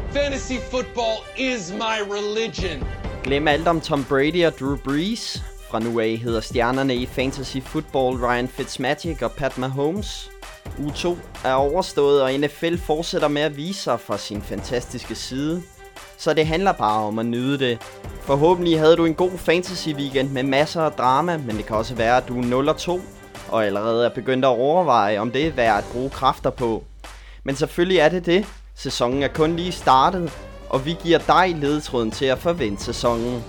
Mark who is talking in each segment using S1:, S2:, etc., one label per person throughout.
S1: Fantasy football is my religion.
S2: Glem alt om Tom Brady og Drew Brees. Fra nu af hedder stjernerne i Fantasy Football Ryan Fitzmagic og Pat Mahomes. Uge 2 er overstået, og NFL fortsætter med at vise sig fra sin fantastiske side. Så det handler bare om at nyde det. Forhåbentlig havde du en god fantasy weekend med masser af drama, men det kan også være, at du er 0-2 og allerede er begyndt at overveje, om det er værd at bruge kræfter på. Men selvfølgelig er det. Sæsonen er kun lige startet, og vi giver dig ledetråden til at forvente sæsonen.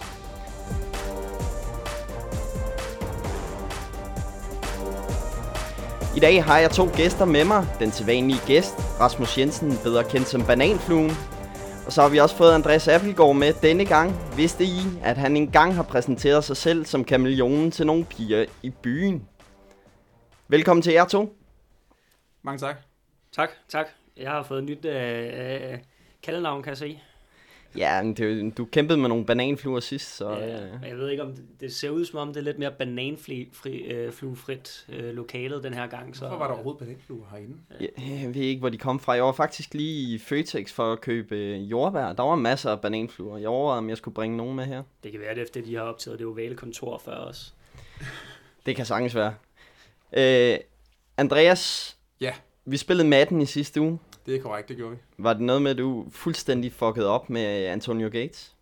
S2: I dag har jeg 2 gæster med mig. Den sædvanlige gæst, Rasmus Jensen, bedre kendt som Bananfluen. Og så har vi også fået Andreas Appelgaard med denne gang. Vidste I, at han engang har præsenteret sig selv som kameleonen til nogle piger i byen? Velkommen til jer 2.
S3: Mange tak.
S4: Tak. Jeg har fået et nyt kaldenavn, kan jeg se.
S2: Ja, men du kæmpede med nogle bananfluer sidst, så...
S4: Jeg ved ikke, om det ser ud som om, det er lidt mere bananfluefrit lokalet den her gang. Så...
S3: Hvorfor var der overhovedet bananfluer herinde?
S2: Jeg ved ikke, hvor de kom fra. Jeg var faktisk lige i Føtex for at købe jordbær. Der var masser af bananfluer. Jeg overvejede, om jeg skulle bringe nogen med her.
S4: Det kan være det, efter de har optaget det ovale kontor før os.
S2: Det kan sagtens være. Andreas,
S3: ja.
S2: Vi spillede Madden i sidste uge.
S3: Det er korrekt, det gjorde vi.
S2: Var det noget med, at du fuldstændig fuckede op med Antonio Gates?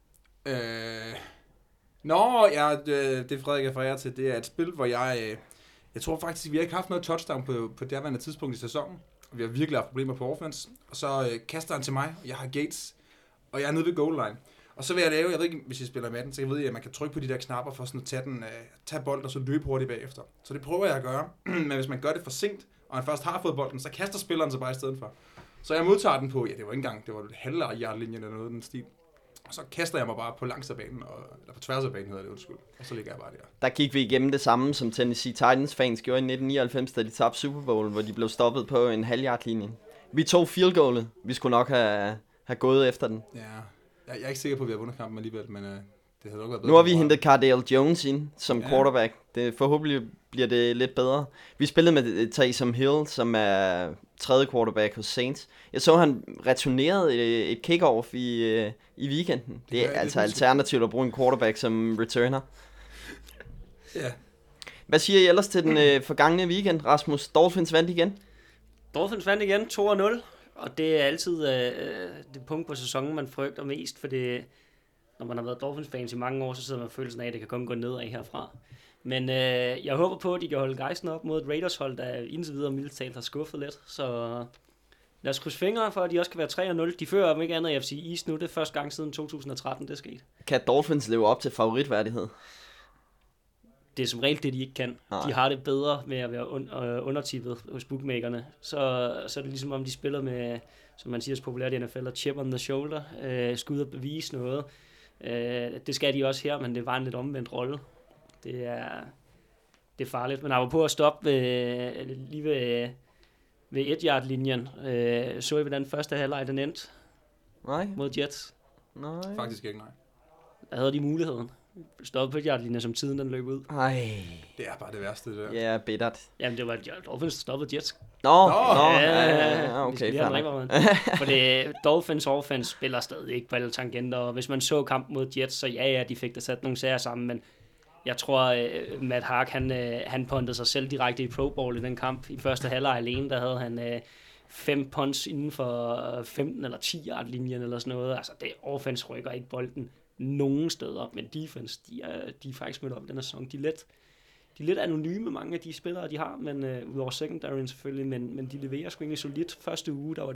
S3: Det Frederik refererer til, det er et spil, hvor jeg tror faktisk, vi har ikke haft noget touchdown på det her tidspunkt i sæsonen. Vi har virkelig haft problemer på offense. Og så kaster han til mig, og jeg har Gates, og jeg er nede ved goal line. Og så vil jeg ved ikke, hvis jeg spiller Madden, så jeg ved, at man kan trykke på de der knapper for sådan at tage bolden og så løbe hurtigt bagefter. Så det prøver jeg at gøre, men hvis man gør det for sent, og han først har fået bolden, så kaster spilleren sig bare i stedet for. Så jeg modtager den på, det var ikke engang, det var halve yardlinjen eller noget af den stil. Og så kaster jeg mig bare på langs af banen, eller på tværs af banen hedder det, undskyld. Og så ligger jeg bare der.
S2: Der gik vi igennem det samme, som Tennessee Titans fans gjorde i 1999, da de tabte Super Bowl, hvor de blev stoppet på en halv-yard-linje. Vi tog field goalet. Vi skulle nok have gået efter den.
S3: Ja, jeg er ikke sikker på, at vi har vundet kampen alligevel, men det havde nok været bedre.
S2: Nu har vi hentet Cardale Jones ind som quarterback. Forhåbentlig bliver det lidt bedre. Vi spillede med Taysom Hill, som er 3. quarterback hos Saints. Jeg så, han returnerede et kickoff i weekenden. Det er altså alternativt at bruge en quarterback som returner.
S3: Ja.
S2: Hvad siger I ellers til den forgangne weekend, Rasmus? Dolphins vandt igen?
S4: Dolphins vandt igen 2-0. Og det er altid det punkt på sæsonen, man frygter mest, for det, når man har været Dolphins-fans i mange år, så sidder man med følelsen af, at det kan kun gå nedad herfra. Men jeg håber på, at de kan holde gejsten op mod et Raiders-hold, der indtil videre mildt talt har skuffet lidt. Så lad os krydse fingre for, at de også kan være 3-0. De fører om ikke andet i FC East nu. Det er første gang siden 2013, det er sket.
S2: Kan Dolphins leve op til favoritværdighed?
S4: Det er som regel det, de ikke kan. Nej. De har det bedre med at være undertippet hos bookmakerne. Så er det ligesom om, de spiller med, som man siger så populært i NFL, chip on the shoulder. Skal ud og bevise noget. Det skal de også her, men det var en lidt omvendt rolle. Det er farligt. Men jeg var på at stoppe lige ved 1-yard-linjen. Så I, hvordan første halvleg den endte?
S2: Nej.
S4: Mod Jets?
S3: Nej. Faktisk ikke, nej.
S4: Der havde de muligheden. Stoppet på 1-yard-linjen, som tiden den løb ud.
S2: Ej.
S3: Det er bare det værste, det der.
S2: Ja, bittert.
S4: Jamen, det var Dolphins, der stoppede Jets.
S2: Nå, okay, fair.
S4: For det Dolphins offense spiller stadig ikke på alle tangenter, og hvis man så kampen mod Jets, så de fik da sat nogle serier sammen, men jeg tror, Matt Hack, han puntede sig selv direkte i Pro Bowl i den kamp. I første halvleg alene, der havde han 5 punts inden for 15 eller 10 yard linjen eller sådan noget. Altså, det offense rykker ikke bolden nogen steder, men defense, de er faktisk mødt op i den her sæson. De er lidt anonyme, mange af de spillere, de har, men udover secondaryen selvfølgelig, men de leverer sgu egentlig solidt. Første uge, der var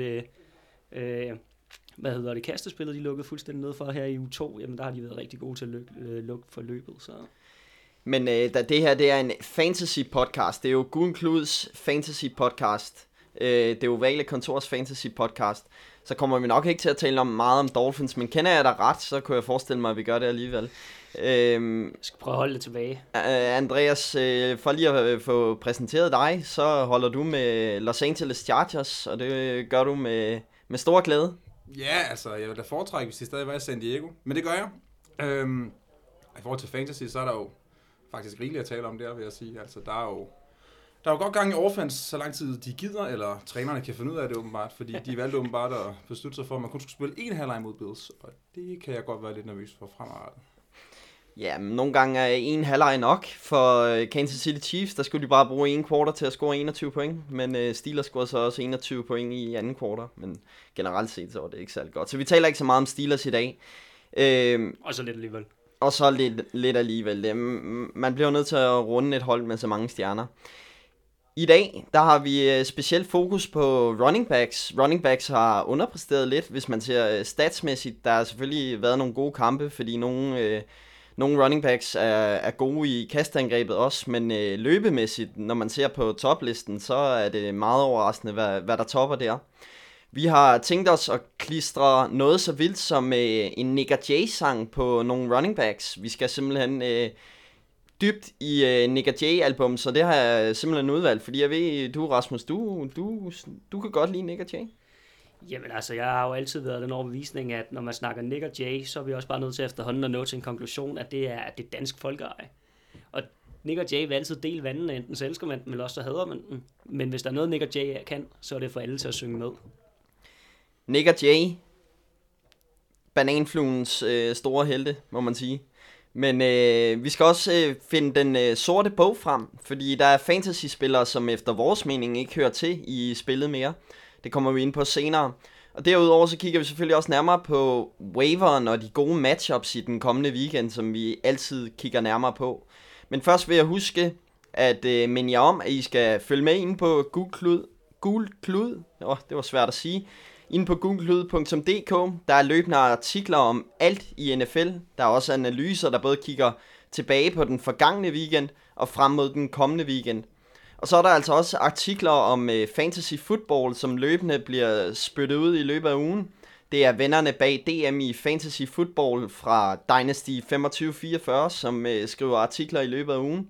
S4: det, kastespillet, de lukkede fuldstændig ned for her i uge 2, jamen der har de været rigtig gode til at lukke for løbet, så...
S2: Men da det her, det er en fantasy podcast, det er jo Guden Kluds fantasy podcast, det er jo Ovale Kontors fantasy podcast, så kommer vi nok ikke til at tale meget om Dolphins, men kender jeg dig ret, så kunne jeg forestille mig, at vi gør det alligevel.
S4: Jeg skal prøve at holde det tilbage.
S2: Andreas, for lige at få præsenteret dig, så holder du med Los Angeles Chargers, og det gør du med stor glæde.
S3: Ja, altså, jeg vil da foretrække, hvis det stadig var i San Diego, men det gør jeg. I forhold til fantasy, så er der jo faktisk rigeligt at tale om der, vil jeg sige. Altså, der er jo Der er jo godt gang i offense, så lang tid de gider, eller trænerne kan finde ud af det åbenbart, fordi de valgte åbenbart at beslutte sig for, at man kun skulle spille en halvleg mod Bills, og det kan jeg godt være lidt nervøs for fremadrettet.
S2: Ja, men nogle gange er en halvleg nok for Kansas City Chiefs. Der skulle de bare bruge en quarter til at score 21 point, men Steelers scorede så også 21 point i anden quarter, men generelt set så var det ikke særlig godt. Så vi taler ikke så meget om Steelers i dag.
S4: Og så lidt alligevel.
S2: Og så lidt alligevel. Man bliver nødt til at runde et hold med så mange stjerner. I dag, der har vi specielt fokus på running backs. Running backs har underpræsteret lidt, hvis man ser statsmæssigt. Der har selvfølgelig været nogle gode kampe, fordi nogle running backs er gode i kastangrebet også, men løbemæssigt, når man ser på toplisten, så er det meget overraskende, hvad der topper der. Vi har tænkt os at klistre noget så vildt som en Nick Jay-sang på nogle running backs. Vi skal simpelthen dybt i Nick Jay-album, så det har jeg simpelthen udvalgt, fordi jeg ved, du Rasmus, du kan godt lide Nick Jay.
S4: Jamen altså, jeg har jo altid været den overbevisning, at når man snakker Nick og Jay, så er vi også bare nødt til efterhånden at nå til en konklusion, at det er dansk folkeeje. Og Nick og Jay vil altid dele vandene, enten så elsker man den, eller også så hader man den. Men hvis der er noget, Nick og Jay kan, så er det for alle til at synge med.
S2: Nick og Jay, bananfluens store helte, må man sige. Men vi skal også finde den sorte bog frem, fordi der er fantasy-spillere, som efter vores mening ikke hører til i spillet mere. Det kommer vi ind på senere. Og derudover så kigger vi selvfølgelig også nærmere på waiveren og de gode matchups i den kommende weekend, som vi altid kigger nærmere på. Men først vil jeg huske at minde jer om, at I skal følge med inde på gulklud. Det var svært at sige. Inde på gulklud.dk, der er løbende artikler om alt i NFL. Der er også analyser, der både kigger tilbage på den forgangne weekend og frem mod den kommende weekend. Og så er der altså også artikler om fantasy football, som løbende bliver spyttet ud i løbet af ugen. Det er vennerne bag DM i fantasy football fra Dynasty 2544, som skriver artikler i løbet af ugen.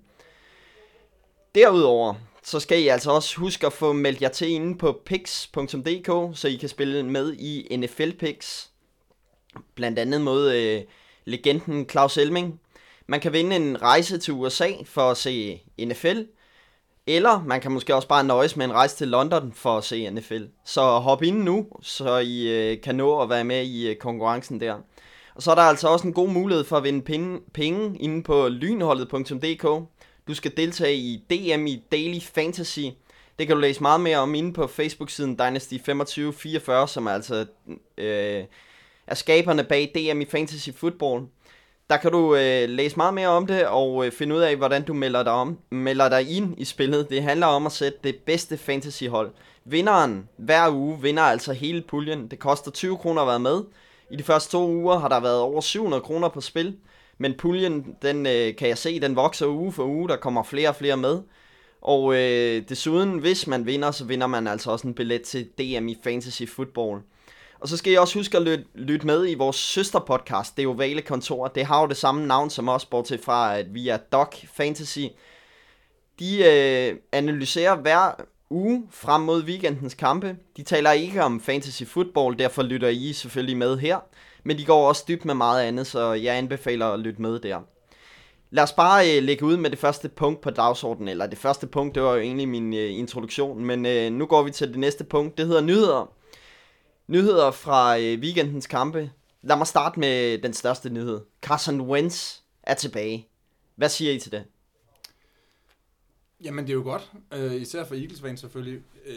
S2: Derudover så skal I altså også huske at få meldt jer til inde på picks.dk, så I kan spille med i NFL Picks. Blandt andet mod legenden Claus Elming. Man kan vinde en rejse til USA for at se NFL. Eller man kan måske også bare nøjes med en rejse til London for at se NFL. Så hop ind nu, så I kan nå at være med i konkurrencen der. Og så er der altså også en god mulighed for at vinde penge inde på lynholdet.dk. Du skal deltage i DM i Daily Fantasy. Det kan du læse meget mere om inde på Facebook-siden Dynasty 2544, som altså er skaberne bag DM i Fantasy Football. Der kan du læse meget mere om det og finde ud af, hvordan du melder dig ind i spillet. Det handler om at sætte det bedste fantasyhold. Vinderen hver uge vinder altså hele puljen. Det koster 20 kroner at være med. I de første 2 uger har der været over 700 kroner på spil. Men puljen, den kan jeg se, den vokser uge for uge. Der kommer flere og flere med. Og desuden, hvis man vinder, så vinder man altså også en billet til DM i Fantasy Football. Og så skal I også huske at lytte med i vores søsterpodcast, Det Ovale Kontor. Det har jo det samme navn som os, bortset fra at vi er Doc Fantasy. De analyserer hver uge frem mod weekendens kampe. De taler ikke om fantasy football, derfor lytter I selvfølgelig med her. Men de går også dybt med meget andet, så jeg anbefaler at lytte med der. Lad os bare lægge ud med det første punkt på dagsordenen. Eller det første punkt, det var jo egentlig min introduktion. Men nu går vi til det næste punkt. Det hedder nyheder. Nyheder fra weekendens kampe. Lad mig starte med den største nyhed. Carson Wentz er tilbage. Hvad siger I til det?
S3: Jamen det er jo godt. Især for Eagles-fans selvfølgelig.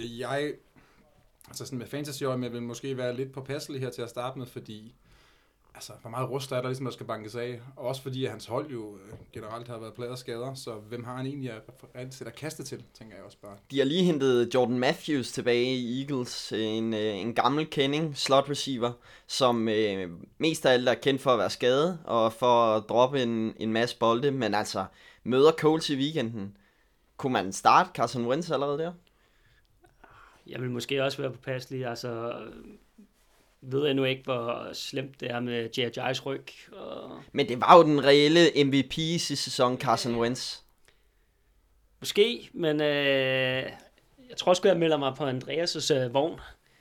S3: Altså sådan med fantasy-øje, men jeg vil måske være lidt påpasselig her til at starte med, fordi altså, hvor meget rust er der ligesom, der skal bankes af. Og også fordi, at hans hold jo generelt har været plaget af skader, så hvem har han egentlig at kaste til, tænker jeg også bare.
S2: De har lige hentet Jordan Matthews tilbage i Eagles, en gammel kending, slot receiver, som mest af alt er kendt for at være skadet, og for at droppe en masse bolde, men altså møder Colts i weekenden. Kunne man starte Carson Wentz allerede der?
S4: Jeg vil måske også være påpasselig, altså ved jeg nu ikke, hvor slemt det er med J.J.'s ryg.
S2: Men det var jo den reelle MVP i sidste sæson, Carson Wentz.
S4: Måske, men jeg tror sgu, jeg melder mig på Andreas' vogn.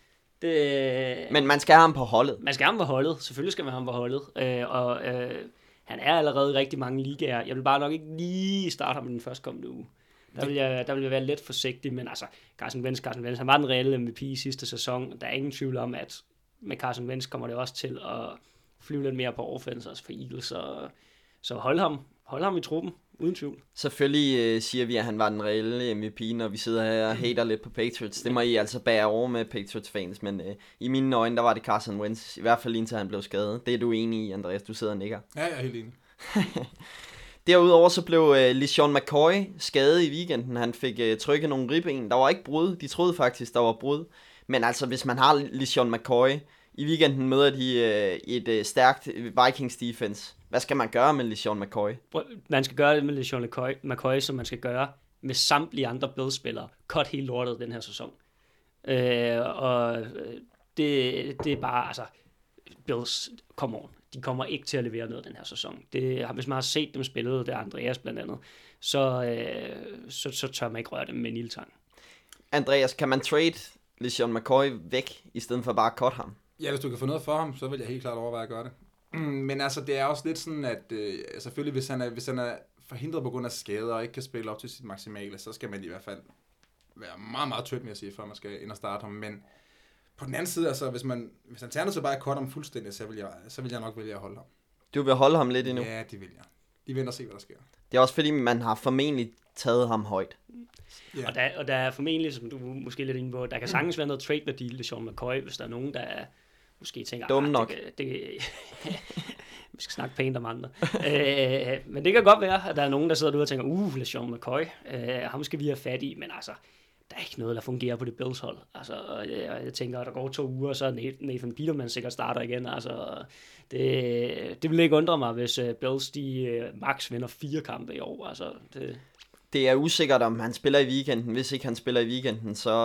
S2: Men man skal have ham på holdet.
S4: Man skal have ham på holdet. Selvfølgelig skal man have ham på holdet. Han er allerede i rigtig mange ligaer. Jeg vil bare nok ikke lige starte ham i den første kommende uge. Der vil jeg være lidt forsigtig, men altså, Carson Wentz, han var den reelle MVP i sidste sæson. Der er ingen tvivl om, at med Carson Wentz kommer det også til at flyve lidt mere på offense, også for Eagles, så hold ham i truppen, uden tvivl.
S2: Selvfølgelig siger vi, at han var den reelle MVP, når vi sidder her og hater lidt på Patriots. Det må I altså bære over med Patriots-fans, men i mine øjne, der var det Carson Wentz, i hvert fald indtil han blev skadet. Det er du enig i, Andreas, du sidder og nikker.
S3: Ja, jeg er helt enig.
S2: Derudover så blev LeSean McCoy skadet i weekenden. Han fik trykket nogle ribben. Der var ikke brud. De troede faktisk, der var brud. Men altså, hvis man har LeSean McCoy, i weekenden møder de et stærkt Vikings defense. Hvad skal man gøre med LeSean McCoy?
S4: Man skal gøre det med LeSean McCoy, som man skal gøre med samtlige andre Bills-spillere. Cut helt lortet den her sæson. Det er bare, altså, Bills, come on. De kommer ikke til at levere noget den her sæson. Hvis man har set dem spille, det er Andreas blandt andet, så tør man ikke røre dem med en ildtang.
S2: Andreas, kan man trade LeSean McCoy væk, i stedet for bare at cut ham?
S3: Ja, hvis du kan få noget for ham, så vil jeg helt klart overveje at gøre det. Men altså, det er også lidt sådan, at selvfølgelig, hvis han er forhindret på grund af skader og ikke kan spille op til sit maksimale, så skal man i hvert fald være meget, meget tødt med at sige, før man skal ind og starte ham. Men på den anden side, altså, hvis han tager så bare at cut ham fuldstændig, så vil jeg nok vælge at holde ham.
S2: Du vil holde ham lidt endnu?
S3: Ja, det vil jeg. De venter og se, hvad der sker.
S2: Det er også fordi, man har formentlig taget ham højt.
S4: Yeah. Og der er formentlig, som du måske lidt inde på, der kan sagtens være noget trade-værdi, LeSean McCoy, hvis der er nogen, der måske tænker,
S2: dumme nok.
S4: Vi skal snakke pænt om andre. Men det kan godt være, at der er nogen, der sidder derude og tænker, LeSean McCoy, ham skal vi have fat i, men altså, der er ikke noget, der fungerer på det Bills hold. Altså, jeg tænker, at der går 2 uger, så er Nathan Peterman sikkert starter igen. Altså, det vil ikke undre mig, hvis Bills de max vinder 4 kampe i år. Altså,
S2: det er usikkert, om han spiller i weekenden. Hvis ikke han spiller i weekenden, så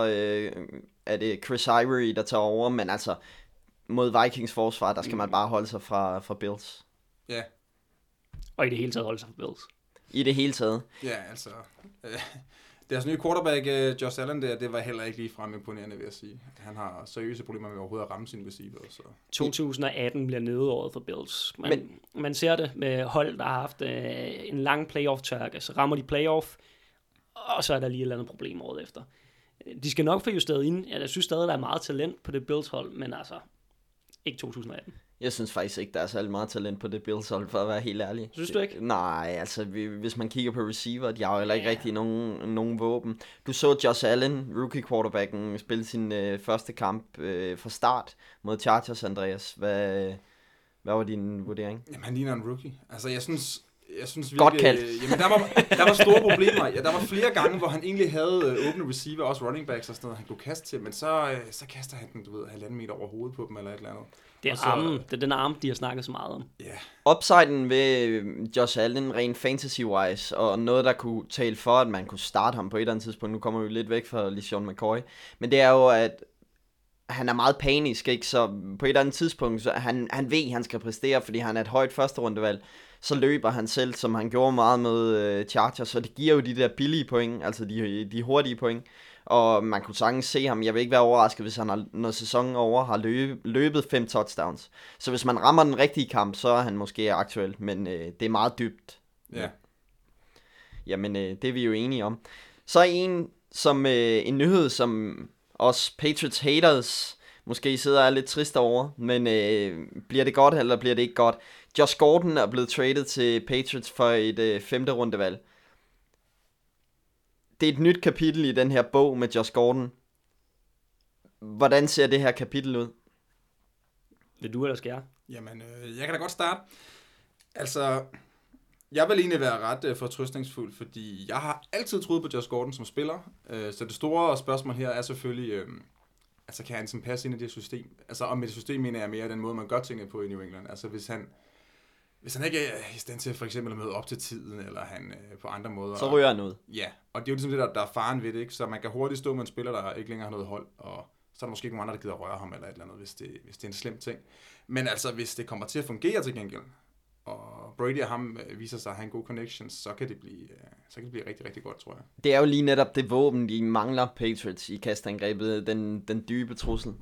S2: er det Chris Ivory, der tager over. Men altså, mod Vikings forsvar, der skal man bare holde sig fra Bills.
S3: Ja.
S4: Og i det hele taget holde sig fra Bills.
S2: I det hele taget.
S3: Ja, altså. Deres nye quarterback, Josh Allen, det var heller ikke lige frem imponerende, vil jeg sige. Han har seriøse problemer med overhovedet at ramme sine receiver. Så.
S4: 2018 bliver nødeåret for Bills. Man ser det med hold, der har haft en lang playoff-tørke. Så rammer de playoff, og så er der lige et eller andet problem året efter. De skal nok få justeret ind. Jeg synes stadig, der er meget talent på det Bills-hold, men altså ikke 2018.
S2: Jeg synes faktisk ikke, der er særlig meget talent på det Bills-hold, for at være helt ærlig.
S4: Synes du ikke?
S2: Nej, altså hvis man kigger på receiver, de har jo heller ikke rigtig nogen våben. Du så Josh Allen, rookie quarterbacken, spille sin første kamp fra start mod Chargers, Andreas. Hvad var din vurdering?
S3: Jamen, han ligner en rookie. Altså, jeg synes virkelig,
S2: godt kaldt.
S3: Jamen, der var store problemer. Ja, der var flere gange, hvor han egentlig havde åbne receiver, også running backs og sådan noget, han kunne kaste til, men så kaster han den, 1,5 meter over hovedet på dem, eller et eller andet.
S4: Det er den arm, de har snakket så meget om.
S3: Yeah.
S2: Upsiden ved Josh Allen, rent fantasy-wise, og noget, der kunne tale for, at man kunne starte ham på et eller andet tidspunkt. Nu kommer vi lidt væk fra LeSean McCoy. Men det er jo, at han er meget panisk, ikke? Så på et eller andet tidspunkt, så han ved, at han skal præstere, fordi han er et højt første rundevalg. Så løber han selv, som han gjorde meget med Chargers, så det giver jo de der billige point, altså de hurtige point. Og man kunne sagtens se ham. Jeg vil ikke være overrasket, hvis han når sæsonen over har løbet 5 touchdowns. Så hvis man rammer den rigtige kamp, så er han måske aktuel. Men det er meget dybt.
S3: Ja.
S2: Jamen, det er vi jo enige om. Så en nyhed, som os Patriots haters måske sidder er lidt trist over. Men bliver det godt, eller bliver det ikke godt? Josh Gordon er blevet traded til Patriots for et 5. rundevalg. Det er et nyt kapitel i den her bog med Josh Gordon. Hvordan ser det her kapitel ud?
S4: Vil du eller skal jeg?
S3: Jamen, jeg kan da godt starte. Altså, jeg vil egentlig være ret fortrøstningsfuld, fordi jeg har altid troet på Josh Gordon som spiller. Så det store spørgsmål her er selvfølgelig, altså kan han sådan passe ind i det system? Altså, og med det system mener jeg mere den måde, man gør tingene på i New England. Altså, hvis han ikke er i stand til for eksempel at møde op til tiden, eller han på andre måder.
S2: Så ryger han ud.
S3: Ja, og det er jo ligesom det, der er faren ved det, ikke? Så man kan hurtigt stå med en spiller, der ikke længere har noget hold, og så er der måske ikke nogen andre, der gider røre ham, eller et eller andet, hvis det er en slem ting. Men altså, hvis det kommer til at fungere til gengæld, og Brady og ham viser sig at have en god connection, så kan det blive rigtig, rigtig godt, tror jeg. Det
S2: er jo lige netop det våben, de mangler Patriots i kastangrebet, den dybe trussel.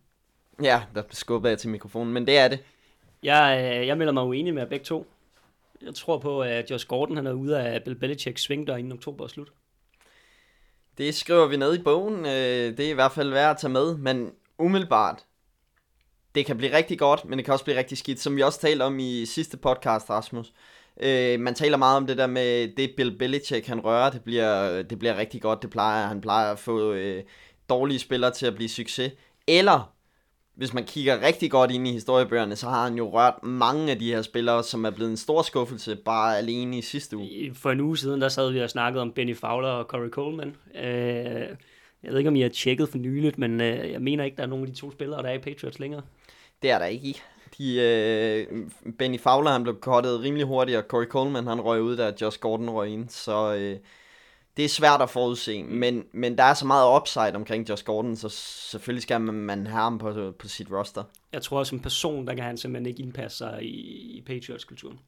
S2: Ja, der skubber jeg til mikrofonen, men det er det.
S4: Jeg melder mig uenig med begge to. Jeg tror på, at Josh Gordon han er ude af Bill Belichicks svingdør inden oktober er slut.
S2: Det skriver vi ned i bogen. Det er i hvert fald værd at tage med, men umiddelbart, det kan blive rigtig godt, men det kan også blive rigtig skidt, som vi også talte om i sidste podcast, Rasmus. Man taler meget om det der med det Bill Belichick han rører, det bliver rigtig godt, han plejer at få dårlige spillere til at blive succes. Eller, hvis man kigger rigtig godt ind i historiebøgerne, så har han jo rørt mange af de her spillere, som er blevet en stor skuffelse, bare alene i sidste uge.
S4: For en uge siden, der sad vi og snakkede om Benny Fowler og Corey Coleman. Jeg ved ikke, om I har tjekket for nyligt, men jeg mener ikke, der er nogen af de to spillere, der er i Patriots længere.
S2: Det er der ikke i. Benny Fowler han blev cuttet rimelig hurtigt, og Corey Coleman han røg ud, da Josh Gordon røg ind, så det er svært at forudse, men der er så meget upside omkring Josh Gordon, så selvfølgelig skal man have ham på sit roster.
S4: Jeg tror, som person, der kan han simpelthen ikke indpasse sig i Patriots-kulturen.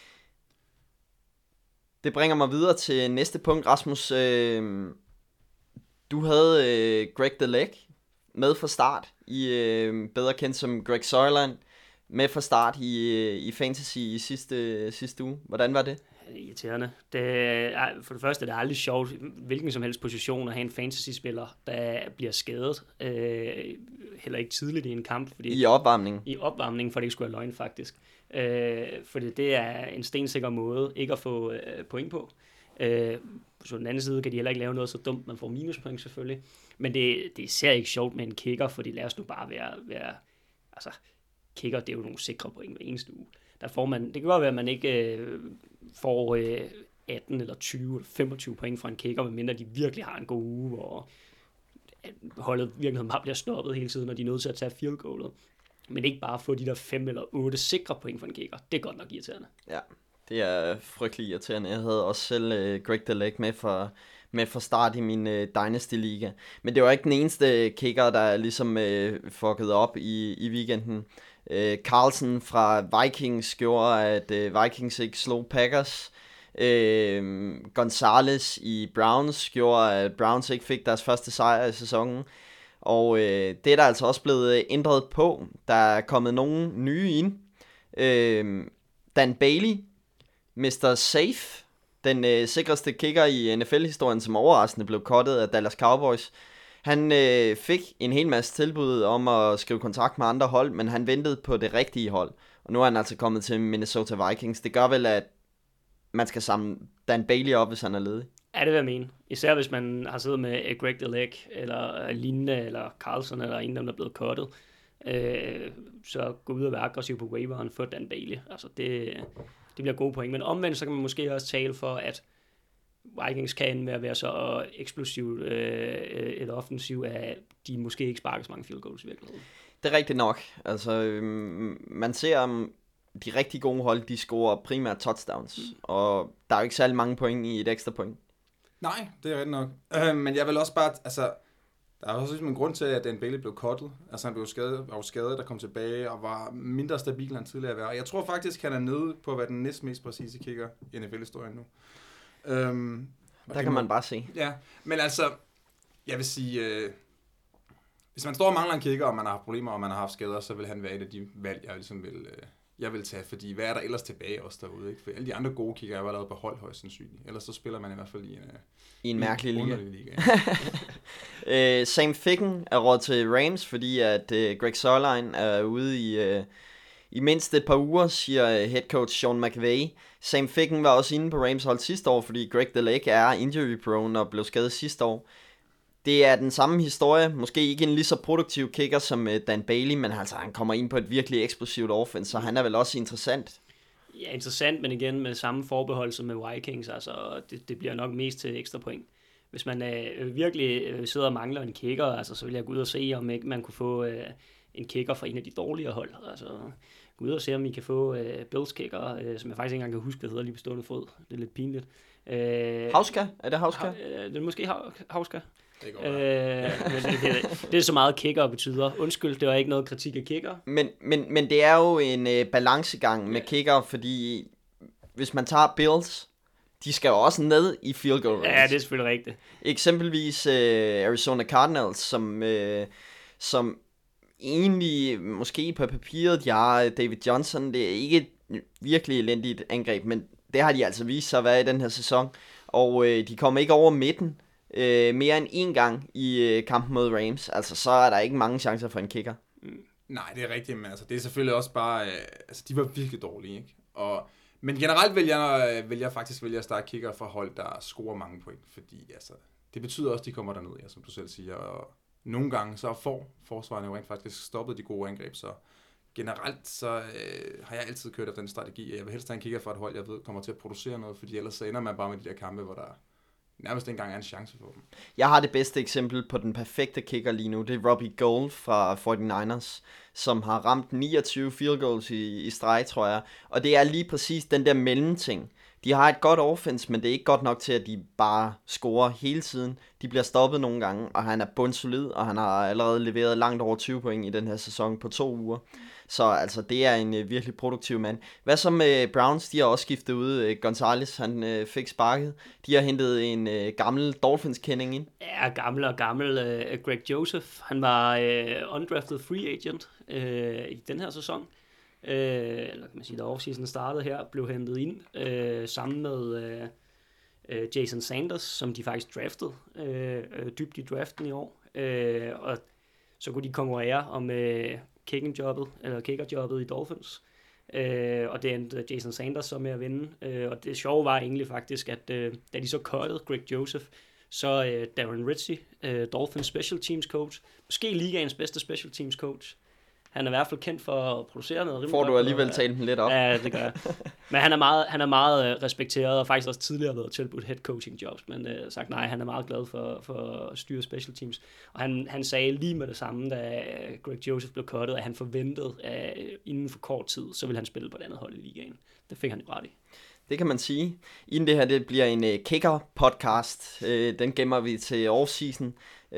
S2: Det bringer mig videre til næste punkt, Rasmus. Du havde Greg the Leg med fra start, bedre kendt som Greg Zuerlein, med fra start i Fantasy i sidste uge. Hvordan var det?
S4: Irriterende. For det første det er aldrig sjovt, hvilken som helst position at have en fantasy-spiller, der bliver skadet. Heller ikke tidligt i en kamp. Fordi,
S2: I opvarmningen?
S4: I opvarmningen, for det ikke skulle være løgn faktisk. Fordi det er en stensikker måde ikke at få point på. Så den anden side kan de heller ikke lave noget så dumt, man får minuspoint selvfølgelig. Men det er især ikke sjovt med en kicker, fordi lad os nu bare være altså, kicker, det er jo nogle sikre point hver eneste uge. Der får man, det kan godt være, at man ikke får 18 eller 20 eller 25 point fra en kicker, medmindre de virkelig har en god uge, hvor holdet virkelig bare bliver stoppet hele tiden, når de er nødt til at tage field goalet. Men ikke bare få de der 5 eller 8 sikre point fra en kicker. Det er godt nok irriterende.
S2: Ja, det er frygtelig irriterende. Jeg havde også selv Greg the Leg med fra start i min Dynasty-liga. Men det var ikke den eneste kicker, der ligesom fuckede op i weekenden. Carlson fra Vikings gjorde, at Vikings ikke slog Packers. Gonzalez i Browns gjorde, at Browns ikke fik deres første sejr i sæsonen. Og det er der altså også blevet ændret på. Der er kommet nogle nye ind. Dan Bailey, Mr. Safe, den sikreste kicker i NFL-historien, som overraskende blev cuttet af Dallas Cowboys. Han fik en hel masse tilbud om at skrive kontrakt med andre hold, men han ventede på det rigtige hold. Og nu er han altså kommet til Minnesota Vikings. Det gør vel, at man skal samle Dan Bailey op, hvis han er ledig.
S4: Ja, det vil jeg mene. Især hvis man har siddet med Greg the Leg, eller lignende, eller Carlson, eller en af dem, der er blevet cuttet. Så gå ud og være aggressiv på waiveren for Dan Bailey. Altså, det bliver gode point. Men omvendt, så kan man måske også tale for, at Vikings kan med at være så eksplosivt et offensiv, at de måske ikke sparker så mange field goals i virkeligheden.
S2: Det er rigtigt nok. Altså, man ser de rigtig gode hold, de scorer primært touchdowns. Og der er jo ikke særlig mange point i et ekstra point.
S3: Nej, det er rigtigt nok. Men jeg vil også bare, altså, der er også en grund til, at Dan Bailey blev cuttet. Altså, han blev skadet, der kom tilbage og var mindre stabil, end han tidligere var. Jeg tror faktisk, han er nede på at være den næstmest præcise kicker i NFL-historien nu.
S2: Der kan man bare se.
S3: Ja, men altså, jeg vil sige, hvis man står og mangler en kicker, og man har haft problemer, og man har haft skader, så vil han være et af de valg, jeg vil tage, fordi hvad er der ellers tilbage også derude, ikke? For alle de andre gode kicker er jo allerede på hold højst sandsynligt. Ellers så spiller man i hvert fald i en
S2: mærkelig liga.
S3: Ja.
S2: Sam Ficken er råd til Rams, fordi at Greg Zuerlein er ude i mindst et par uger, siger head coach Sean McVay. Sam Ficken var også inde på Rams hold sidste år, fordi Greg the Leg er injury prone og blev skadet sidste år. Det er den samme historie, måske ikke en lige så produktiv kicker som Dan Bailey, men altså, han kommer ind på et virkelig eksplosivt offense, så han er vel også interessant.
S4: Ja, interessant, men igen med samme forbehold som med Vikings, altså det bliver nok mest til ekstra point. Hvis man virkelig sidder og mangler en kicker, altså, så vil jeg gå ud og se, om ikke man kunne få en kicker fra en af de dårligere hold. Altså, gå ud og se, om I kan få Bills kicker, som jeg faktisk ikke engang kan huske, hvad hedder lige på stående fod. Det er lidt pinligt.
S2: Hauska? Er det Hauska?
S4: Det er måske Hauska. Det er så meget kicker betyder. Undskyld, det var ikke noget kritik af kicker.
S2: Men det er jo en balancegang med kicker, fordi hvis man tager Bills, de skal jo også ned i field goal range.
S4: Ja, det er selvfølgelig rigtigt.
S2: Eksempelvis Arizona Cardinals, som egentlig måske på papiret, ja, David Johnson, det er ikke virkelig elendigt angreb, men det har de altså vist sig at være i den her sæson, og de kommer ikke over midten mere end en gang i kampen mod Rams, altså så er der ikke mange chancer for en kicker.
S3: Nej, det er rigtigt, men altså, det er selvfølgelig også bare, altså de var virkelig dårlige, ikke? Men generelt vil jeg faktisk vælge at starte kicker for hold, der scorer mange point, fordi altså, det betyder også, at de kommer derned, ja, som du selv siger, og nogle gange så får forsvarerne jo rent faktisk stoppet de gode angreb, så generelt så har jeg altid kørt efter den strategi, jeg vil helst have en kicker for et hold, jeg ved kommer til at producere noget, fordi ellers så ender man bare med de der kampe, hvor der nærmest ikke engang er en chance for dem.
S2: Jeg har det bedste eksempel på den perfekte kicker lige nu, det er Robbie Gould fra 49ers, som har ramt 29 field goals i streg, tror jeg, og det er lige præcis den der mellemting. De har et godt offense, men det er ikke godt nok til, at de bare scorer hele tiden. De bliver stoppet nogle gange, og han er bundsolid, og han har allerede leveret langt over 20 point i den her sæson på 2 uger. Så altså, det er en virkelig produktiv mand. Hvad så med Browns? De har også skiftet ud. Gonzalez, han fik sparket. De har hentet en gammel Dolphins-kending ind.
S4: Ja, gammel. Greg Joseph. Han var undrafted free agent i den her sæson. Eller kan man sige, da offseason startede her, blev hentet ind sammen med Jason Sanders, som de faktisk draftede dybt i draften i år. Og så kunne de konkurrere om kickerjobbet i Dolphins. Og det endte Jason Sanders så med at vinde. Og det sjove var egentlig faktisk, at da de så cuttede Greg Joseph, så Darren Ritchie, Dolphins special teams coach, måske ligaens bedste special teams coach. Han er i hvert fald kendt for at producere noget rimelig.
S2: Får du alligevel talt den lidt op?
S4: Ja, det gør jeg. Men han er meget respekteret, og faktisk også tidligere været tilbudt head coaching jobs, men sagt nej, han er meget glad for at styre special teams. Og han sagde lige med det samme, da Greg Joseph blev cuttet, at han forventede, at inden for kort tid, så ville han spille på et andet hold i ligaen. Det fik han jo ret i.
S2: Det kan man sige. Inden det her, det bliver en kicker-podcast. Den gemmer vi til off-season.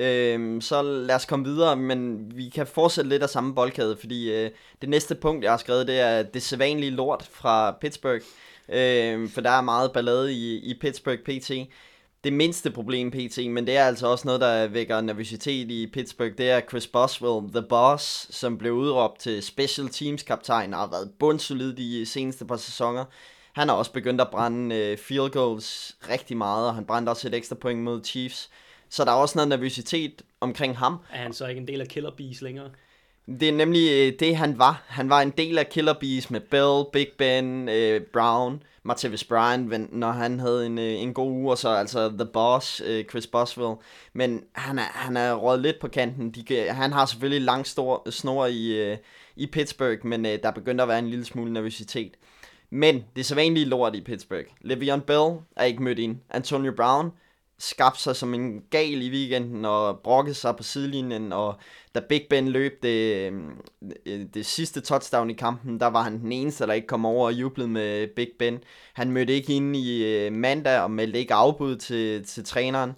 S2: Så lad os komme videre, men vi kan fortsætte lidt af samme boldkæde, fordi det næste punkt, jeg har skrevet, det er det sædvanlige lort fra Pittsburgh. For der er meget ballade i Pittsburgh PT. Det mindste problem PT, men det er altså også noget, der vækker nervøsitet i Pittsburgh. Det er Chris Boswell, the boss, som blev udråbt til special teams kaptajn og har været bundsolid de seneste par sæsoner. Han har også begyndt at brænde field goals rigtig meget, og han brændte også et ekstra point mod Chiefs. Så der er også noget nervøsitet omkring ham.
S4: Er han så ikke en del af Killer Bees længere?
S2: Det er nemlig det, han var. Han var en del af Killer Bees med Bell, Big Ben, Brown, Martavis Bryant, når han havde en god uge, og så altså The Boss, Chris Boswell. Men han er røget lidt på kanten. Han har selvfølgelig lang snor i Pittsburgh, men der begynder at være en lille smule nervøsitet. Men det er så vanlige lort i Pittsburgh. Le'Veon Bell er ikke mødt ind. Antonio Brown skabte sig som en gal i weekenden og brokkede sig på sidelinjen, og da Big Ben løb det sidste touchdown i kampen, der var han den eneste, der ikke kom over og jublede med Big Ben. Han mødte ikke ind i mandag og meldte ikke afbud til træneren.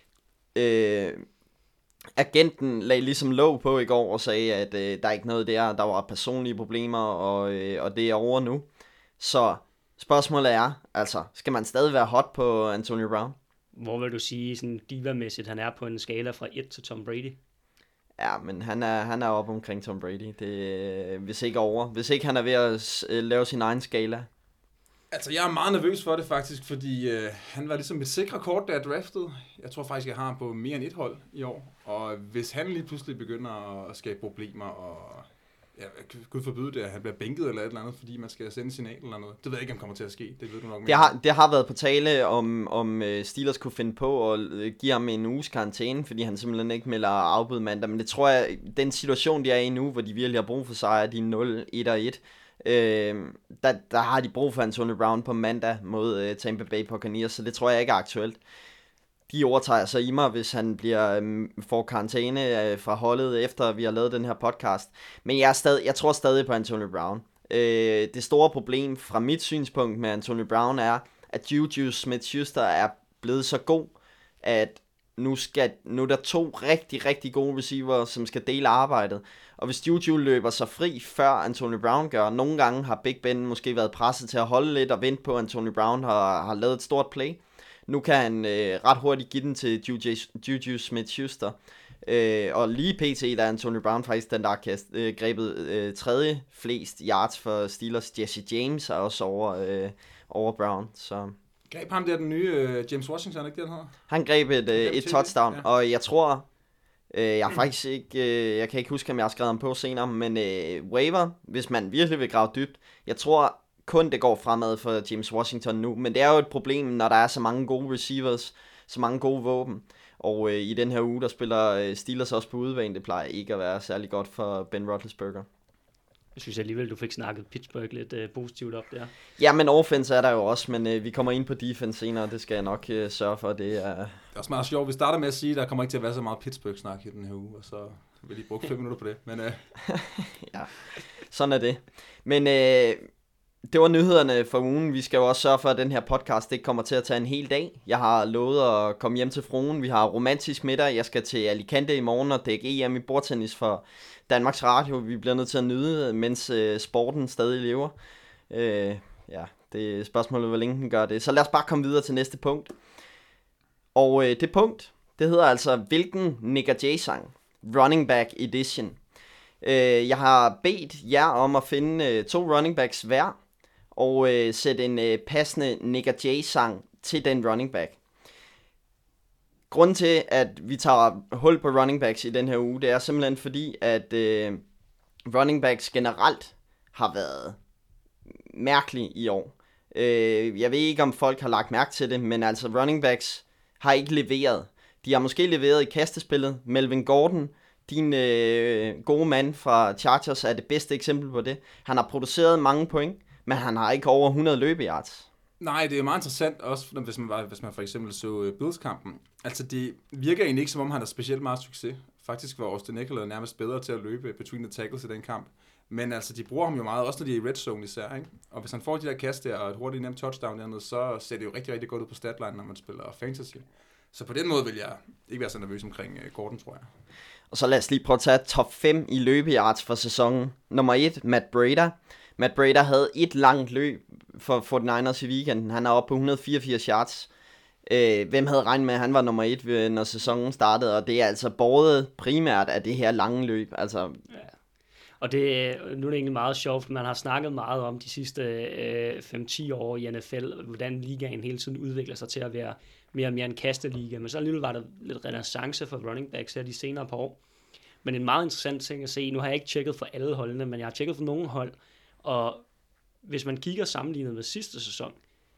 S2: Agenten lagde ligesom låg på i går og sagde, at der er ikke noget der var personlige problemer, og det er over nu. Så spørgsmålet er, altså, skal man stadig være hot på Antonio Brown?
S4: Hvor vil du sige, sådan diva-mæssigt, han er på en skala fra 1 til Tom Brady?
S2: Ja, men han er oppe omkring Tom Brady. Det hvis ikke over. Hvis ikke han er ved at lave sin egen skala.
S3: Altså, jeg er meget nervøs for det faktisk, fordi han var ligesom et sikre kort, der er draftet. Jeg tror faktisk, jeg har ham på mere end et hold i år. Og hvis han lige pludselig begynder at skabe problemer, og ja, Gud forbyde det, at han bliver bænket eller et eller andet, fordi man skal sende signal eller noget. Det ved jeg ikke, om kommer til at ske. Det ved du nok mere.
S2: Det har været på tale, om Steelers kunne finde på at give ham en uges karantæne, fordi han simpelthen ikke melder afbud mandag. Men det tror jeg, den situation, de er i nu, hvor de virkelig har brug for sejr, de er 0-1-1. Der har de brug for Antonio Brown på mandag mod Tampa Bay Buccaneers, så det tror jeg ikke er aktuelt. De overtager så i mig, hvis han får karantæne fra holdet, efter vi har lavet den her podcast. Men jeg tror stadig på Antonio Brown. Det store problem fra mit synspunkt med Antonio Brown er, at Juju Smith-Schuster er blevet så god, at nu er der 2 rigtig, rigtig gode receiver, som skal dele arbejdet. Og hvis Juju løber sig fri, før Antonio Brown gør, nogle gange har Big Ben måske været presset til at holde lidt og vente på, at Antonio Brown har lavet et stort play. Nu kan han ret hurtigt give den til Juju Smith-Schuster. Og lige pt. Der er Antonio Brown faktisk den, der har grebet tredje flest yards for Steelers. Jesse James er også over Brown, så...
S3: Greb ham der den nye James Washington, ikke det, han hedder?
S2: Han greb et touchdown, ja. Og jeg tror... jeg faktisk ikke... jeg kan ikke huske, om jeg har skrevet ham på senere, men waiver, hvis man virkelig vil grave dybt, jeg tror kun det går fremad for James Washington nu, men det er jo et problem, når der er så mange gode receivers, så mange gode våben, og i den her uge, der spiller Steelers også på udebane, det plejer ikke at være særlig godt for Ben Roethlisberger.
S4: Jeg synes alligevel, du fik snakket Pittsburgh lidt positivt op der.
S2: Ja, men offense er der jo også, men vi kommer ind på defense senere, det skal jeg nok sørge for. Det er
S3: også meget sjovt. Vi starter med at sige, at der kommer ikke til at være så meget Pittsburgh-snak i den her uge, og så vil lige bruge 5 minutter på det. Men,
S2: ja, sådan er det. Men det var nyhederne for ugen. Vi skal jo også sørge for, at den her podcast ikke kommer til at tage en hel dag. Jeg har lovet at komme hjem til fruen. Vi har romantisk middag. Jeg skal til Alicante i morgen og dække EM i bordtennis for Danmarks Radio. Vi bliver nødt til at nyde, mens sporten stadig lever. Ja, det er spørgsmålet, hvor længe den gør det. Så lad os bare komme videre til næste punkt. Og det punkt, det hedder altså, hvilken Nick og Jay-sang? Running Back Edition. Jeg har bedt jer om at finde 2 running backs hver, og sætte en passende Nick og Jay-sang til den running back. Grunden til, at vi tager hul på running backs i den her uge, det er simpelthen fordi, at running backs generelt har været mærkelige i år. Jeg ved ikke, om folk har lagt mærke til det, men altså running backs har ikke leveret. De har måske leveret i kastespillet. Melvin Gordon, din gode mand fra Chargers, er det bedste eksempel på det. Han har produceret mange point, men han har ikke over 100 løbeyards.
S3: Nej, det er meget interessant, også hvis man for eksempel så Bills-kampen. Altså, det virker egentlig ikke, som om han har specielt meget succes. Faktisk var Austin Ekeler nærmest bedre til at løbe between the tackles i den kamp. Men altså, de bruger ham jo meget, også når de er i red zone især, ikke? Og hvis han får de der kast der og et hurtigt nemt touchdown dernede, så ser det jo rigtig, rigtig godt ud på statline, når man spiller fantasy. Så på den måde vil jeg ikke være så nervøs omkring Gordon, tror jeg.
S2: Og så lad os lige prøve at tage top 5 i løbeyards for sæsonen. Nummer 1, Matt Breida. Matt Breida havde et langt løb for 49ers i weekenden. Han er oppe på 184 yards. Hvem havde regnet med, at han var nummer 1, når sæsonen startede? Og det er altså båret primært af det her lange løb. Altså...
S4: Ja. Og nu er det egentlig meget sjovt, for man har snakket meget om de sidste 5-10 år i NFL, hvordan ligaen hele tiden udvikler sig til at være mere og mere en kasteliga. Men så alligevel var der lidt renaissance for running backs her de senere par år. Men en meget interessant ting at se, nu har jeg ikke tjekket for alle holdene, men jeg har tjekket for nogle hold, og hvis man kigger sammenlignet med sidste sæson,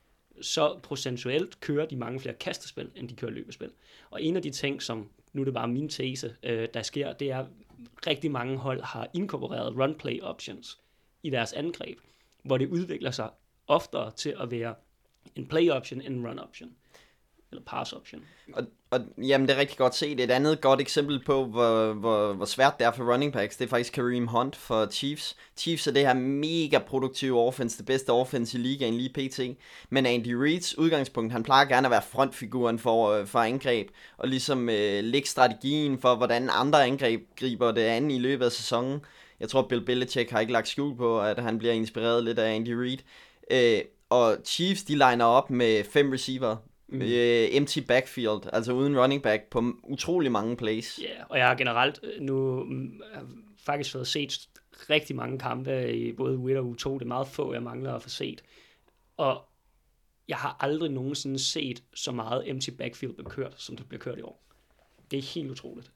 S4: så procentuelt kører de mange flere kastespil, end de kører løbespil. Og en af de ting, som, nu er det bare min tese, der sker, det er, at rigtig mange hold har inkorporeret run-play options i deres angreb, hvor det udvikler sig oftere til at være en play option end en run option. Eller pass option.
S2: Og jamen, det er rigtig godt set. Et andet godt eksempel på, hvor svært det er for running backs, det er faktisk Kareem Hunt for Chiefs. Chiefs er det her mega produktive offense, det bedste offense i ligaen lige pt. Men Andy Reid's udgangspunkt, han plejer gerne at være frontfiguren for angreb, og ligesom lægge strategien for, hvordan andre angreb griber det an i løbet af sæsonen. Jeg tror, Bill Belichick har ikke lagt skjul på, at han bliver inspireret lidt af Andy Reid. Og Chiefs, de liner op med 5 receiver. Empty backfield, altså uden running back på utrolig mange plays.
S4: Ja, og jeg har generelt nu faktisk fået set rigtig mange kampe i både U1 og U2. Det er meget få, jeg mangler at få set. Og jeg har aldrig nogensinde set så meget empty backfield blive kørt, som det bliver kørt i år. Det er helt utroligt.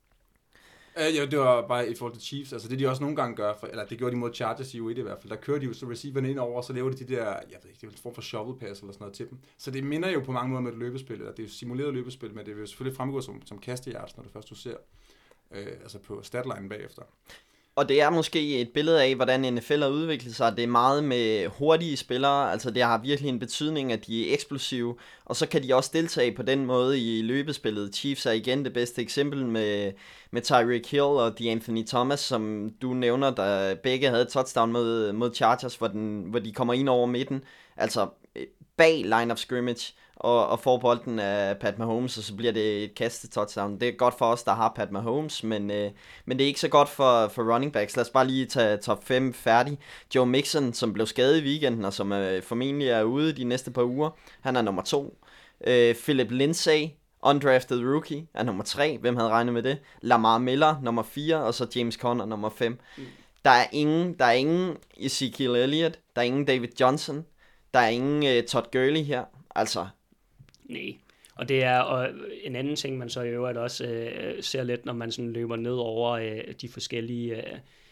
S3: Ja, det var bare i forhold til Chiefs. Altså det de også nogle gange gør, eller det gjorde de mod Chargers i U1 i hvert fald. Der kører de jo så receiverne ind over, og så laver de der, jeg ved ikke, det er en form for shovel pass eller sådan noget til dem. Så det minder jo på mange måder med et løbespil, eller det er jo simuleret løbespil, men det vil jo selvfølgelig fremgå som kastejards, når du først ser altså på statline bagefter.
S2: Og det er måske et billede af, hvordan NFL har udviklet sig. Det er meget med hurtige spillere, altså det har virkelig en betydning, at de er eksplosive, og så kan de også deltage på den måde i løbespillet. Chiefs er igen det bedste eksempel med Tyreek Hill og Anthony Thomas, som du nævner, der begge havde et touchdown mod Chargers, hvor de kommer ind over midten, altså bag line of scrimmage, og får bolden af Pat Mahomes, og så bliver det et kastet touchdown. Det er godt for os, der har Pat Mahomes, men det er ikke så godt for running backs. Lad os bare lige tage top 5 færdig. Joe Mixon, som blev skadet i weekenden, og som formentlig er ude de næste par uger, han er nummer 2. Philip Lindsay Undrafted rookie er nummer 3. Hvem havde regnet med det? Lamar Miller, nummer 4. Og så James Conner, nummer 5. Der er ingen Ezekiel Elliott. Der er ingen David Johnson. Der er ingen Todd Gurley her. Altså...
S4: Nej. Og det er og en anden ting, man så i øvrigt også ser lidt, når man sådan løber ned over de forskellige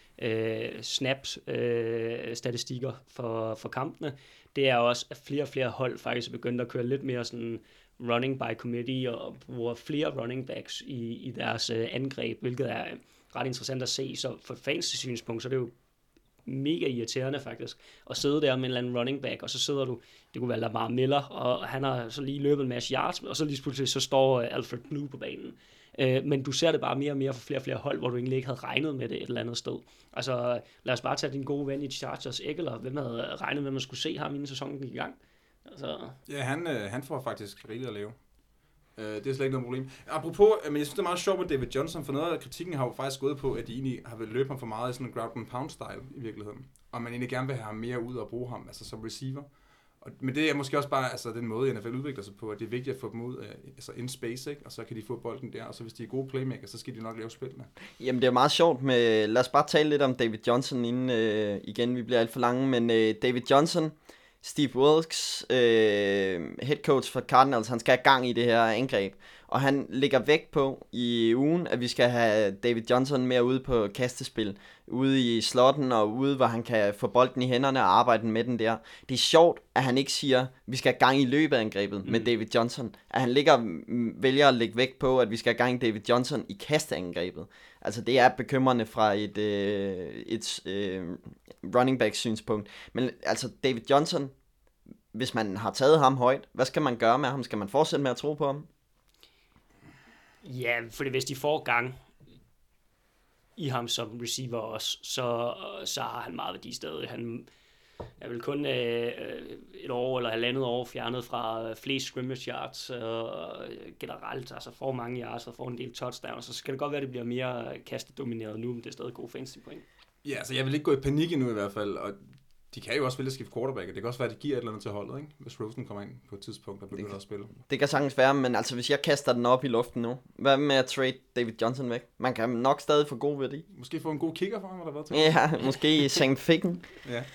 S4: statistikker for kampene. Det er også, at flere og flere hold faktisk er begyndt at køre lidt mere sådan running by committee og bruger flere running backs i deres angreb, hvilket er ret interessant at se. Så for fantasy synspunkt, så er det jo mega irriterende faktisk, at sidde der med en eller anden running back, og så sidder du, det kunne være Lamar Miller, og han har så lige løbet en masse yards, og så lige pludselig så står Alfred Blue på banen. Men du ser det bare mere og mere for flere og flere hold, hvor du egentlig ikke havde regnet med det et eller andet sted. Altså, lad os bare tage din gode ven i Chargers, Eckler. Hvem havde regnet med, at man skulle se ham inden sæsonen gik i gang? Altså...
S3: Ja, han får faktisk rigeligt at lave. Det er slet ikke noget problem. Apropos, men jeg synes, det er meget sjovt med David Johnson, for noget af kritikken har jo faktisk gået på, at de egentlig har vel løbet ham for meget i sådan en ground and pound style i virkeligheden. Og man egentlig gerne vil have ham mere ud og bruge ham, altså som receiver. Men det er måske også bare altså, den måde, NFL udvikler sig på, at det er vigtigt at få dem ud altså in space, ikke? Og så kan de få bolden der, og så hvis de er gode playmakers, så skal de nok lave spillene.
S2: Jamen det er meget sjovt med, lad os bare tale lidt om David Johnson inden igen, vi bliver alt for lange, men David Johnson, Steve Wilkes, head coach for Cardinals, han skal have gang i det her angreb, og han lægger vægt på i ugen, at vi skal have David Johnson mere ude på kastespil, ude i slotten og ude, hvor han kan få bolden i hænderne og arbejde med den der. Det er sjovt, at han ikke siger, at vi skal have gang i løbet af angrebet med David Johnson. At han vælger at lægge vægt på, at vi skal have gang i David Johnson i kasteangrebet. Altså det er bekymrende fra et running back synspunkt. Men altså David Johnson, hvis man har taget ham højt, hvad skal man gøre med ham? Skal man fortsætte med at tro på ham?
S4: Ja, fordi hvis de får gang i ham som receiver også, så har han meget værdi stadig. Han er vel kun et år eller halvandet år fjernet fra flest scrimmage yards, og generelt altså får mange yards og får en del touchdowns, så skal det godt være, at det bliver mere kastedomineret nu, men det er stadig gode fantasy point.
S3: Ja, altså jeg vil ikke gå i panik endnu i hvert fald, og de kan jo også vælge at skifte quarterback, og det kan også være, at de giver et eller andet til holdet, ikke? Hvis Rosen kommer ind på et tidspunkt og begynder at spille. Det
S2: kan sagtens være, men altså hvis jeg kaster den op i luften nu, hvad med at trade David Johnson væk? Man kan nok stadig få god værdi.
S3: Måske få en god kicker for ham, eller hvad?
S2: Ja, måske St. Ficken.
S3: Ja.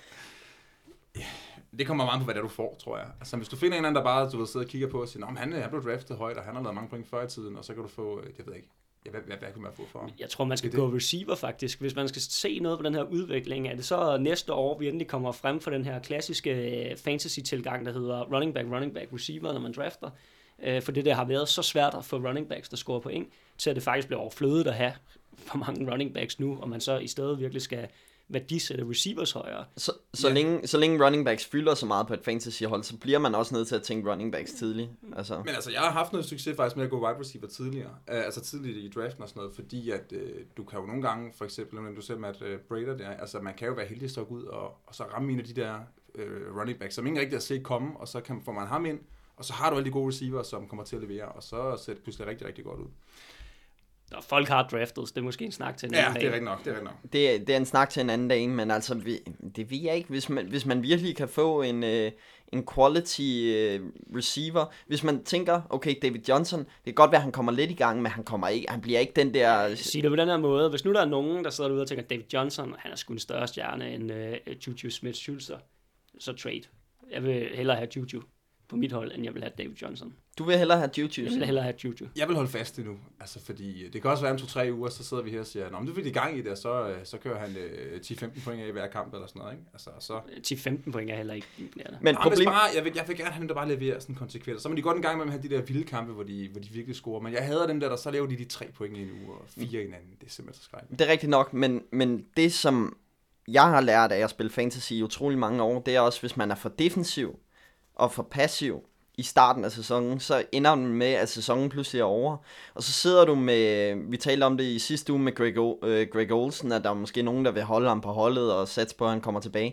S3: Det kommer meget på, hvad det du får, tror jeg. Altså hvis du finder en anden, der bare du ved, sidder og kigger på og siger, han blev draftet højt, og han har lavet mange point før i tiden, og så kan du få, jeg ved ikke, hvad kan man få for ham?
S4: Jeg tror, man skal gå receiver faktisk. Hvis man skal se noget på den her udvikling, er det så næste år, vi endelig kommer frem for den her klassiske fantasy-tilgang, der hedder running back, receiver, når man drafter. For det der har været så svært at få running backs, der scorer point, til at det faktisk bliver overflødet at have for mange running backs nu, og man så i stedet virkelig skal værdisætte receivers højere.
S2: Så længe running backs fylder så meget på et fantasy-hold, så bliver man også nødt til at tænke running backs tidligt. Altså.
S3: Men altså, jeg har haft noget succes faktisk med at gå wide receiver tidligere. Altså tidligt i draften og sådan noget, fordi at du kan jo nogle gange, for eksempel, når du ser Matt Breida der, altså man kan jo være heldig at stå ud og så ramme en af de der running backs, som ingen rigtig har set komme, og så får man ham ind, og så har du alle de gode receiver, som kommer til at levere, og så ser det pludselig rigtig, rigtig godt ud.
S4: Og folk har draftet, det er måske en snak til en anden dag.
S3: Ja, det er rigtigt nok.
S2: Det er en snak til en anden dag, men altså, det ved jeg ikke, hvis man virkelig kan få en quality receiver. Hvis man tænker, okay, David Johnson, det kan godt være, at han kommer lidt i gang, men han bliver ikke den der...
S4: Sig det på den her måde. Hvis nu der er nogen, der sidder derude og tænker, David Johnson, han er sgu en større stjerne end Juju Smith-Schuster, så trade. Jeg vil hellere have Juju på mit hold, end jeg vil have David Johnson.
S2: Du vil hellere have Juju?
S4: Jeg vil hellere have Juju.
S3: Jeg vil holde fast endnu, altså fordi det kan også være om 2-3 uger, så sidder vi her og siger, om du vil i gang i det, så kører han 10-15 point af i hver kamp eller sådan noget, ikke? Altså, så...
S4: 10-15 point er heller ikke imponerende.
S3: Men jeg vil gerne have dem, der bare leverer sådan konsekvent. Så må de godt en gang med at have de der vilde kampe, hvor de virkelig scorer, men jeg hader dem der så laver de 3 point i en uge og 4 i en anden. Det er simpelthen så skrækkeligt.
S2: Det er rigtigt nok, men det som jeg har lært af at spille fantasy i utrolig mange år, det er også, hvis man er for defensiv og for passiv i starten af sæsonen, så ender den med, at sæsonen pludselig er over. Og så sidder du med, vi talte om det i sidste uge med Greg Olsen, at der er måske nogen, der vil holde ham på holdet og satse på, at han kommer tilbage.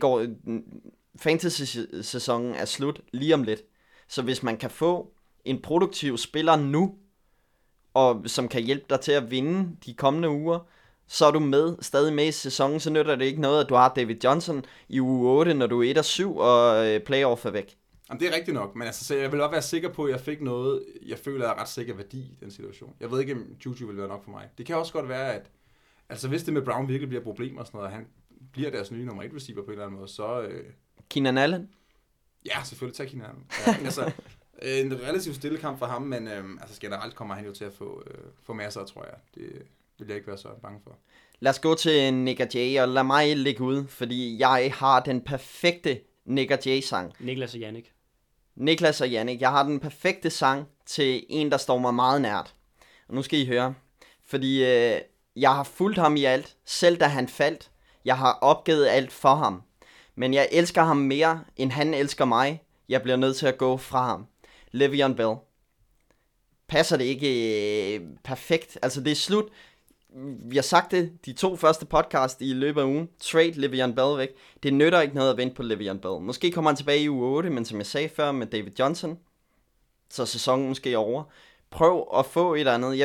S2: Fantasy-sæsonen er slut lige om lidt. Så hvis man kan få en produktiv spiller nu, og som kan hjælpe dig til at vinde de kommende uger, så er du stadig med i sæsonen, så nytter det ikke noget, at du har David Johnson i uge 8, når du er 1-7, og playoff er væk.
S3: Jamen, det er rigtigt nok, men altså, så jeg vil også være sikker på, at jeg fik noget, jeg føler er ret sikker værdi i den situation. Jeg ved ikke, om Juju vil være nok for mig. Det kan også godt være, at altså, hvis det med Brown virkelig bliver problemer og sådan noget, og han bliver deres nye nummer 1 receiver på en eller anden måde, så...
S2: Keenan Allen?
S3: Ja, selvfølgelig tager Keenan Allen. Ja, altså, en relativt stille kamp for ham, men altså, generelt kommer han jo til at få masser, tror jeg. Det vil jeg ikke være så bange for.
S2: Lad os gå til Nick og Jay, og lad mig ligge ud, fordi jeg har den perfekte Nick og Jay-sang.
S4: Niklas og Jannik.
S2: Niklas og Jannik, jeg har den perfekte sang til en, der står mig meget nært. Og nu skal I høre, fordi jeg har fulgt ham i alt, selv da han faldt. Jeg har opgivet alt for ham. Men jeg elsker ham mere, end han elsker mig. Jeg bliver nødt til at gå fra ham. Le'Veon Bell. Passer det ikke perfekt? Altså det er slut. Vi har sagt det, de 2 første podcast i løbet af ugen. Trade Le'Veon Bell væk. Det nytter ikke noget at vente på Le'Veon Bell. Måske kommer han tilbage i uge 8, men som jeg sagde før med David Johnson, så er sæsonen måske over. Prøv at få et eller andet.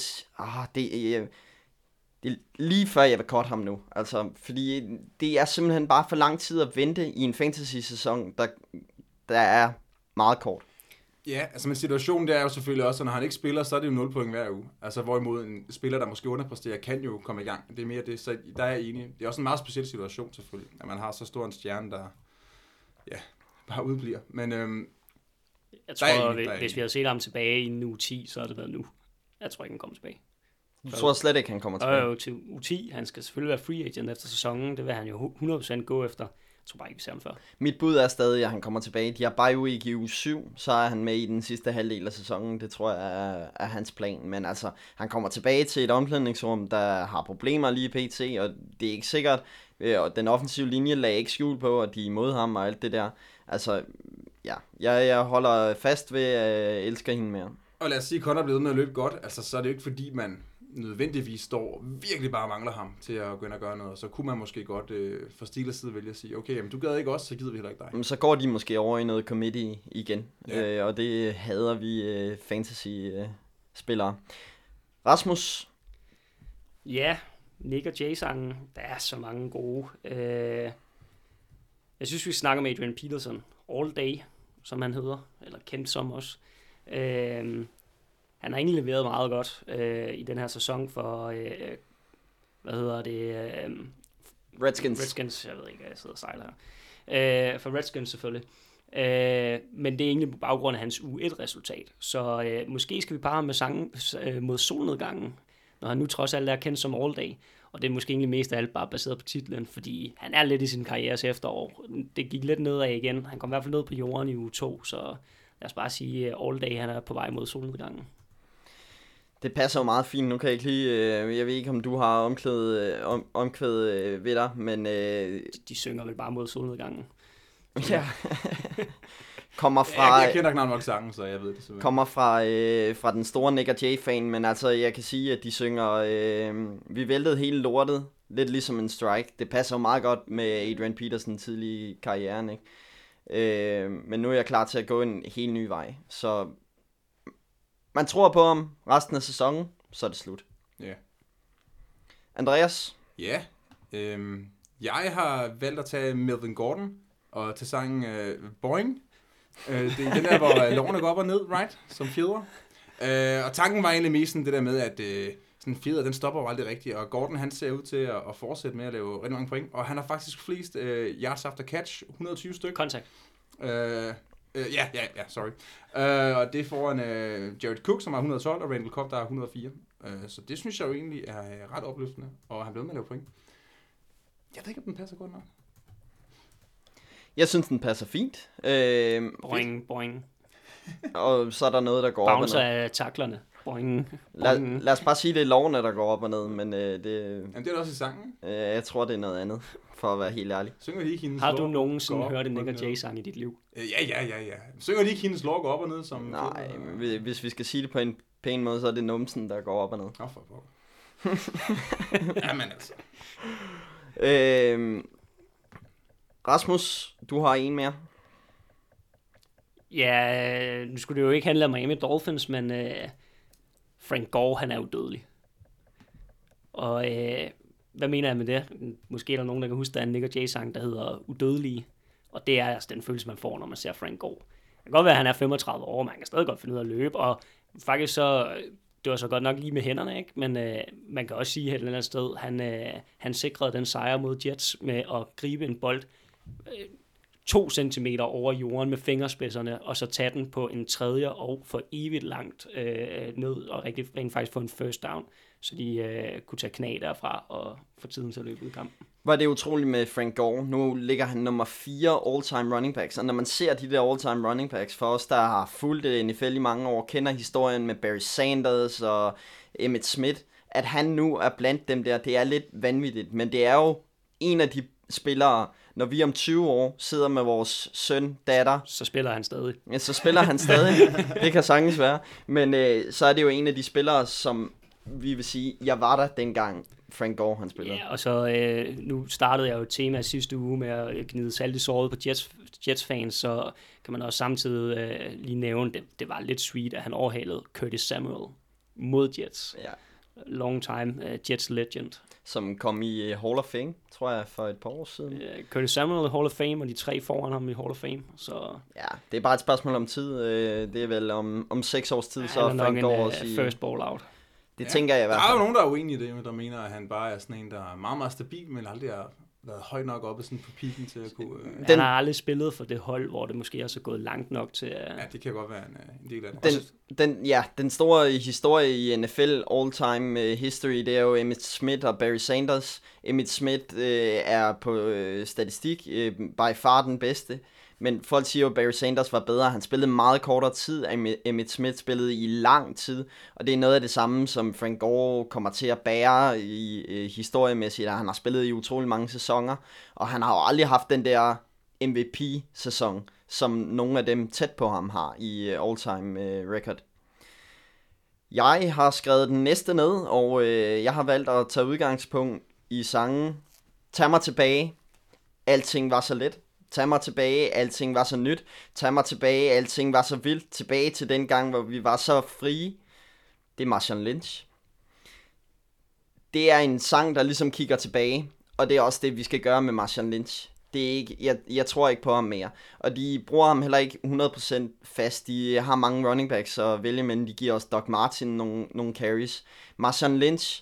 S2: Det er lige før jeg vil cutte ham nu. Altså, fordi det er simpelthen bare for lang tid at vente i en fantasy-sæson, der er meget kort.
S3: Ja, altså men situationen der er jo selvfølgelig også, at når han ikke spiller, så er det jo 0 point hver uge. Altså hvorimod en spiller, der måske underpresterer, kan jo komme i gang. Det er mere det, så der er jeg enig. Det er også en meget speciel situation selvfølgelig, at man har så stor en stjerne, der bare udbliver. Men
S4: jeg tror, hvis vi havde set ham tilbage i nu 10, så har det været nu. Jeg tror ikke, han kommer tilbage.
S2: Du tror slet ikke, han kommer tilbage?
S4: Jo, til U10. Han skal selvfølgelig være free agent efter sæsonen. Det vil han jo 100% gå efter. Jeg tror bare ikke, vi ser ham før.
S2: Mit bud er stadig, at han kommer tilbage. De har bye week i uge 7, så er han med i den sidste halvdel af sæsonen. Det tror jeg er hans plan. Men altså, han kommer tilbage til et omklædningsrum, der har problemer lige pt. Og det er ikke sikkert. Og den offensive linje lagde ikke skjul på, at de er imod ham og alt det der. Altså, ja. Jeg holder fast ved, at jeg elsker hende mere.
S3: Og lad os sige, at Conor er blevet med at løbe godt. Altså, så er det jo ikke fordi, man nødvendigvis står virkelig bare mangler ham til at gå ind og gøre noget. Så kunne man måske godt fra Steelers side vælge at sige, okay, jamen, du gad ikke også, så gider vi heller ikke dig.
S2: Men så går de måske over i noget committee igen. Ja. Og det hader vi fantasy-spillere. Rasmus?
S4: Ja, Nick og Jay-sangen. Der er så mange gode. Jeg synes, vi snakker med Adrian Peterson. All Day, som han hedder. Eller kendt som også. Han har egentlig leveret meget godt i den her sæson for, Redskins, jeg ved ikke, jeg sidder og sejler her. For Redskins selvfølgelig. Men det er egentlig på baggrund af hans U1-resultat. Så måske skal vi bare med sangen mod solnedgangen, når han nu trods alt er kendt som All Day. Og det er måske egentlig mest af alt bare baseret på titlen, fordi han er lidt i sin karrieres efterår. Det gik lidt nedad igen. Han kom i hvert fald ned på jorden i uge 2, så lad os bare sige, All Day han er på vej mod solnedgangen.
S2: Det passer jo meget fint. Nu kan jeg ikke lige... jeg ved ikke, om du har omkvædet ved dig, men...
S4: De synger vel bare mod solnedgangen.
S2: Ja. Kommer fra...
S3: Jeg kender knap nok sangen, så jeg ved det simpelthen.
S2: Kommer fra den store Nick og Jay-fan, men altså, jeg kan sige, at de synger... vi væltede hele lortet, lidt ligesom en strike. Det passer jo meget godt med Adrian Peterson tidlig i karrieren, ikke? Men nu er jeg klar til at gå en helt ny vej, så... Man tror på ham resten af sæsonen, så er det slut.
S3: Ja.
S2: Andreas?
S3: Ja. Jeg har valgt at tage Melvin Gordon og til sangen Boing. Det er den der, hvor lovene går op og ned, right? Som fjeder. Og tanken var egentlig mest sådan det der med, at sådan en fjeder, den stopper jo aldrig rigtigt. Og Gordon, han ser ud til at fortsætte med at lave rigtig mange point. Og han har faktisk flest yards after catch, 120 stykker.
S4: Kontakt.
S3: Sorry. Og det er foran Jared Cook, som har 112, og Randall Cobb, der har 104. Så det synes jeg jo egentlig er ret opløftende, og han blev med at lave point. Jeg ved ikke, om den passer godt nok.
S2: Jeg synes, den passer fint.
S4: Boing.
S2: Og så er der noget, der går op og ned.
S4: Bouncer af taklerne. Boing.
S2: Lad os bare sige, det er lovene, der går op og ned, men det...
S3: Jamen, det er også i sangen.
S2: Jeg tror, det er noget andet, for at være helt ærlig.
S3: Synger de ikke hendes
S4: Har du nogensinde hørt en Nick og Jay-sang i dit liv?
S3: Ja. Synger de ikke hendes lov går op og ned? Som
S2: nej, hvis vi skal sige det på en pæn måde, så er det numsen, der går op og ned.
S3: For Jamen altså.
S2: Rasmus, du har en mere.
S4: Ja, nu skulle det jo ikke handle om Miami Dolphins, men Frank Gore, han er jo dødelig. Og hvad mener jeg med det? Måske er der nogen, der kan huske, der er en Nick og Jay-sang, der hedder Udødelige. Og det er altså den følelse, man får, når man ser Frank Gore. Det kan godt være, at han er 35 år, man kan stadig godt finde ud af at løbe, og faktisk så, det var så godt nok lige med hænderne, ikke? Men man kan også sige et eller andet sted, han sikrede den sejr mod Jets med at gribe en bold 2 centimeter over jorden med fingerspidserne, og så tage den på en tredje og for evigt langt ned, og rent faktisk få en first down, så de kunne tage knæ derfra og få tiden til at løbe ud i kampen.
S2: Var det utroligt med Frank Gore. Nu ligger han nummer 4 all-time running backs, og når man ser de der all-time running backs, for os, der har fulgt NFL i mange år, kender historien med Barry Sanders og Emmitt Smith, at han nu er blandt dem der, det er lidt vanvittigt, men det er jo en af de spillere, når vi om 20 år sidder med vores søn, datter,
S4: så spiller han stadig.
S2: Ja, så spiller han stadig. Det kan sagtens være. Men så er det jo en af de spillere, som vi vil sige, jeg var der dengang Frank Gore han spillede.
S4: Ja, og så nu startede jeg jo et tema sidste uge med at gnide salt i såret på Jets-fans, så kan man også samtidig lige nævne, det var lidt sweet, at han overhalede Curtis Samuel mod Jets.
S2: Ja.
S4: Long time Jets legend.
S2: Som kom i Hall of Fame, tror jeg, for et par år siden.
S4: Curtis Samuel i Hall of Fame, og de 3 foran ham i Hall of Fame. Så
S2: ja, det er bare et spørgsmål om tid. Det er vel om 6 års tid, så
S4: er
S2: Frank Gore
S4: også i first ball out.
S2: Det tænker jeg i hvert fald.
S3: Der er jo nogen, der er uenige i det, der mener, at han bare er sådan en, der er meget, meget stabil, men aldrig har været højt nok oppe sådan på piken til at kunne...
S4: Han har aldrig spillet for det hold, hvor det måske også er gået langt nok til...
S3: Ja, det kan godt være en del af det.
S2: Den store historie i NFL all-time history, det er jo Emmitt Smith og Barry Sanders. Emmitt Smith er på statistik by far den bedste. Men folk siger jo, at Barry Sanders var bedre. Han spillede meget kortere tid. Emmitt Smith spillede i lang tid. Og det er noget af det samme, som Frank Gore kommer til at bære i historiemæssigt. Han har spillet i utrolig mange sæsoner. Og han har jo aldrig haft den der MVP-sæson, som nogle af dem tæt på ham har i all-time record. Jeg har skrevet den næste ned, og jeg har valgt at tage udgangspunkt i sangen Tag mig tilbage. Alting var så let. Tag mig tilbage, alting var så nyt. Tag mig tilbage, alting var så vildt. Tilbage til den gang, hvor vi var så frie. Det er Marshawn Lynch. Det er en sang, der ligesom kigger tilbage. Og det er også det, vi skal gøre med Marshawn Lynch. Det er ikke, jeg tror ikke på ham mere. Og de bruger ham heller ikke 100% fast. De har mange running backs at vælge, men de giver også Doug Martin nogle carries. Marshawn Lynch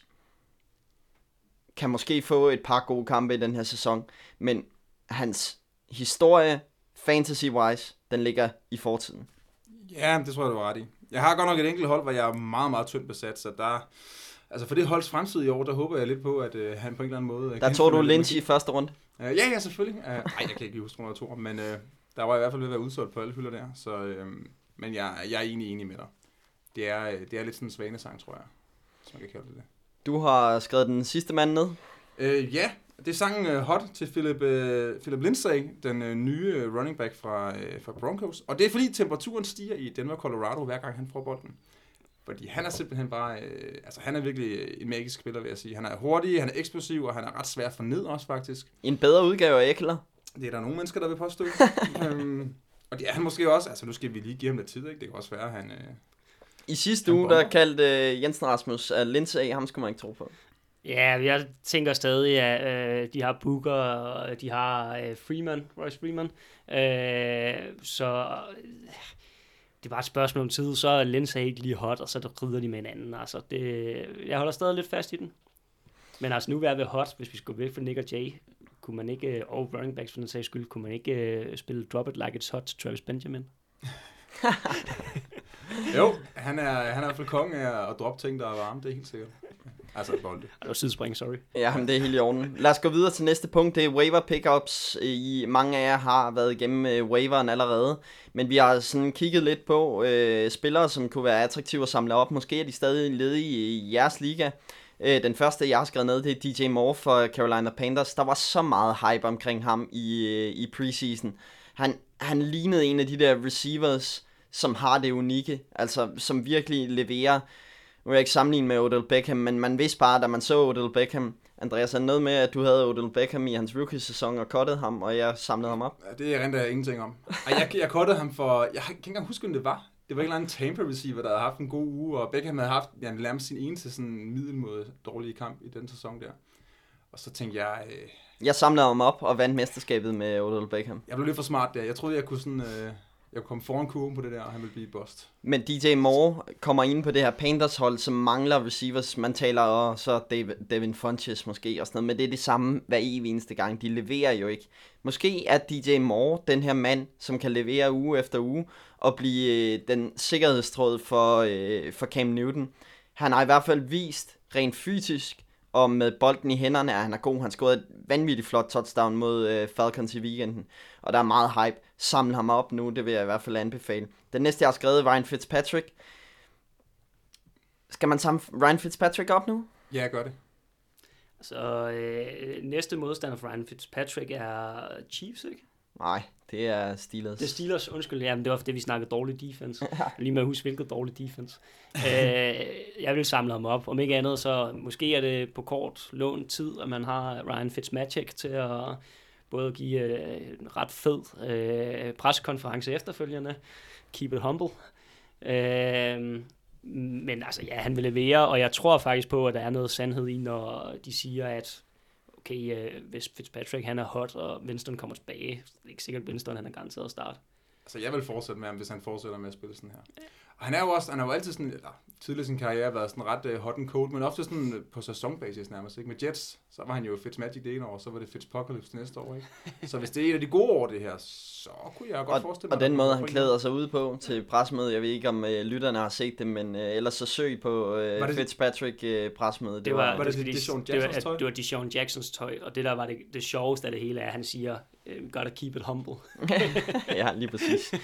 S2: kan måske få et par gode kampe i den her sæson, men hans historie, fantasy-wise, den ligger i fortiden.
S3: Ja, det tror jeg, du var ret i. Jeg har godt nok et enkelt hold, hvor jeg er meget, meget tyndt besat, så der... Altså for det holds fremtid i år, der håber jeg lidt på, at han på en eller anden måde...
S2: Der tog du Lynch i første runde?
S3: Ja, selvfølgelig. Nej, jeg kan ikke huske, hvor jeg men der var i hvert fald ved at være udsolgt på alle hylder der. Så, men jeg er egentlig enig med dig. Det er lidt sådan en svanesang, tror jeg, som man kan kalde det.
S2: Du har skrevet den sidste mand ned?
S3: Ja, det er sangen Hot til Philip Lindsay, den nye running back fra Broncos. Og det er fordi temperaturen stiger i Denver, Colorado, hver gang han får bolden. Fordi han er simpelthen bare... han er virkelig en magisk spiller, vil jeg sige. Han er hurtig, han er eksplosiv, og han er ret svær at få ned også, faktisk.
S2: En bedre udgave af Eckler?
S3: Det er der nogle mennesker, der vil påstå. Og det er han måske også... Altså, nu skal vi lige give ham lidt tid, ikke? Det kan også være, han...
S2: I sidste uge, der kaldte Jensen Rasmus af Lindsay, ham skulle man ikke tro på.
S4: Ja, jeg tænker stadig, at de har Booker, og de har Royce Freeman. Så det er bare et spørgsmål om tid, så er Lindsay ikke lige hot, og så rider de med en anden. Altså, jeg holder stadig lidt fast i den. Men altså nu vil jeg være hot, hvis vi skulle væk fra Nick og Jay, kunne man ikke, og running backs for den sags skyld, kunne man ikke spille Drop It Like It's Hot til Travis Benjamin?
S3: Jo, han er i hvert fald kongen af at droppe ting, der er varme, det er helt sikkert. Altså bolde.
S4: Det var sidespring, sorry.
S2: Ja, men det er helt i orden. Lad os gå videre til næste punkt. Det er waiver pickups. Mange af jer har været igennem waiveren allerede. Men vi har sådan kigget lidt på spillere, som kunne være attraktive at samle op. Måske er de stadig ledige i jeres liga. Den første, jeg har skrevet ned, det er DJ Moore for Carolina Panthers. Der var så meget hype omkring ham i preseason. Han lignede en af de der receivers, som har det unikke. Altså, som virkelig leverer. Nu vil jeg ikke sammenligne med Odell Beckham, men man vidste bare, da man så Odell Beckham, Andreas, er noget med, at du havde Odell Beckham i hans rookie-sæson og cuttede ham, og jeg samlede ham op?
S3: Ja, det render jeg ingenting om. Jeg cuttede ham for... Jeg kan ikke engang huske, om det var. Det var ikke en Tampa receiver, der havde haft en god uge, og Beckham havde haft nærmest sin eneste sådan middelmåde dårlige kamp i den sæson der. Og så tænkte jeg...
S2: Jeg samlede ham op og vandt mesterskabet med Odell Beckham.
S3: Jeg blev lidt for smart der. Jeg troede, jeg kunne sådan... Jeg kom foran kurven på det der, og han ville blive bust.
S2: Men DJ Moore kommer ind på det her Panthers-hold, som mangler receivers. Man taler så Devin Funchess måske og sådan noget, men det er det samme hver evig eneste gang. De leverer jo ikke. Måske er DJ Moore den her mand, som kan levere uge efter uge og blive den sikkerhedstråd for Cam Newton. Han har i hvert fald vist rent fysisk og med bolden i hænderne, at han er god. Han scorede et vanvittigt flot touchdown mod Falcons i weekenden. Og der er meget hype. Samle ham op nu, det vil jeg i hvert fald anbefale. Den næste, jeg har skrevet, Ryan Fitzpatrick. Skal man samle Ryan Fitzpatrick op nu?
S3: Ja, jeg gør det.
S4: Så næste modstander for Ryan Fitzpatrick er Chiefs, ikke?
S2: Nej, det er Steelers.
S4: Det er Steelers, undskyld. Jamen, det var fordi, vi snakkede dårlig defense. Lige med at huske, hvilket dårlig defense. Jeg vil samle ham op. Om ikke andet, så måske er det på kort lån tid, at man har Ryan Fitzmagic til at både give en ret fed pressekonference efterfølgende. Keep it humble. Men altså, ja, han vil levere, og jeg tror faktisk på, at der er noget sandhed i, når de siger, at okay, hvis Fitzpatrick han er hot, og Winston kommer tilbage, så er det ikke sikkert, at Winston han er garanteret at starte.
S3: Altså, jeg vil fortsætte med ham, hvis han fortsætter med at spille sådan her. Og han har jo altid sådan, tidligere i sin karriere været sådan ret hot and cold, men ofte sådan på sæsonbasis nærmest, ikke? Med Jets, så var han jo Fitzmagic det ene år, så var det Fitzpocalypse næste år, ikke? Så hvis det er et af de gode år, det her, så kunne jeg godt forestille mig.
S2: Og den måde, han klæder sig ud på til pressemødet, jeg ved ikke, om lytterne har set det, men ellers så søg på Fitzpatrick pressemødet.
S4: Det var Deshaun Jacksons tøj, og det der var det sjoveste af det hele, er, at han siger, gotta keep it humble.
S2: Ja, lige præcis.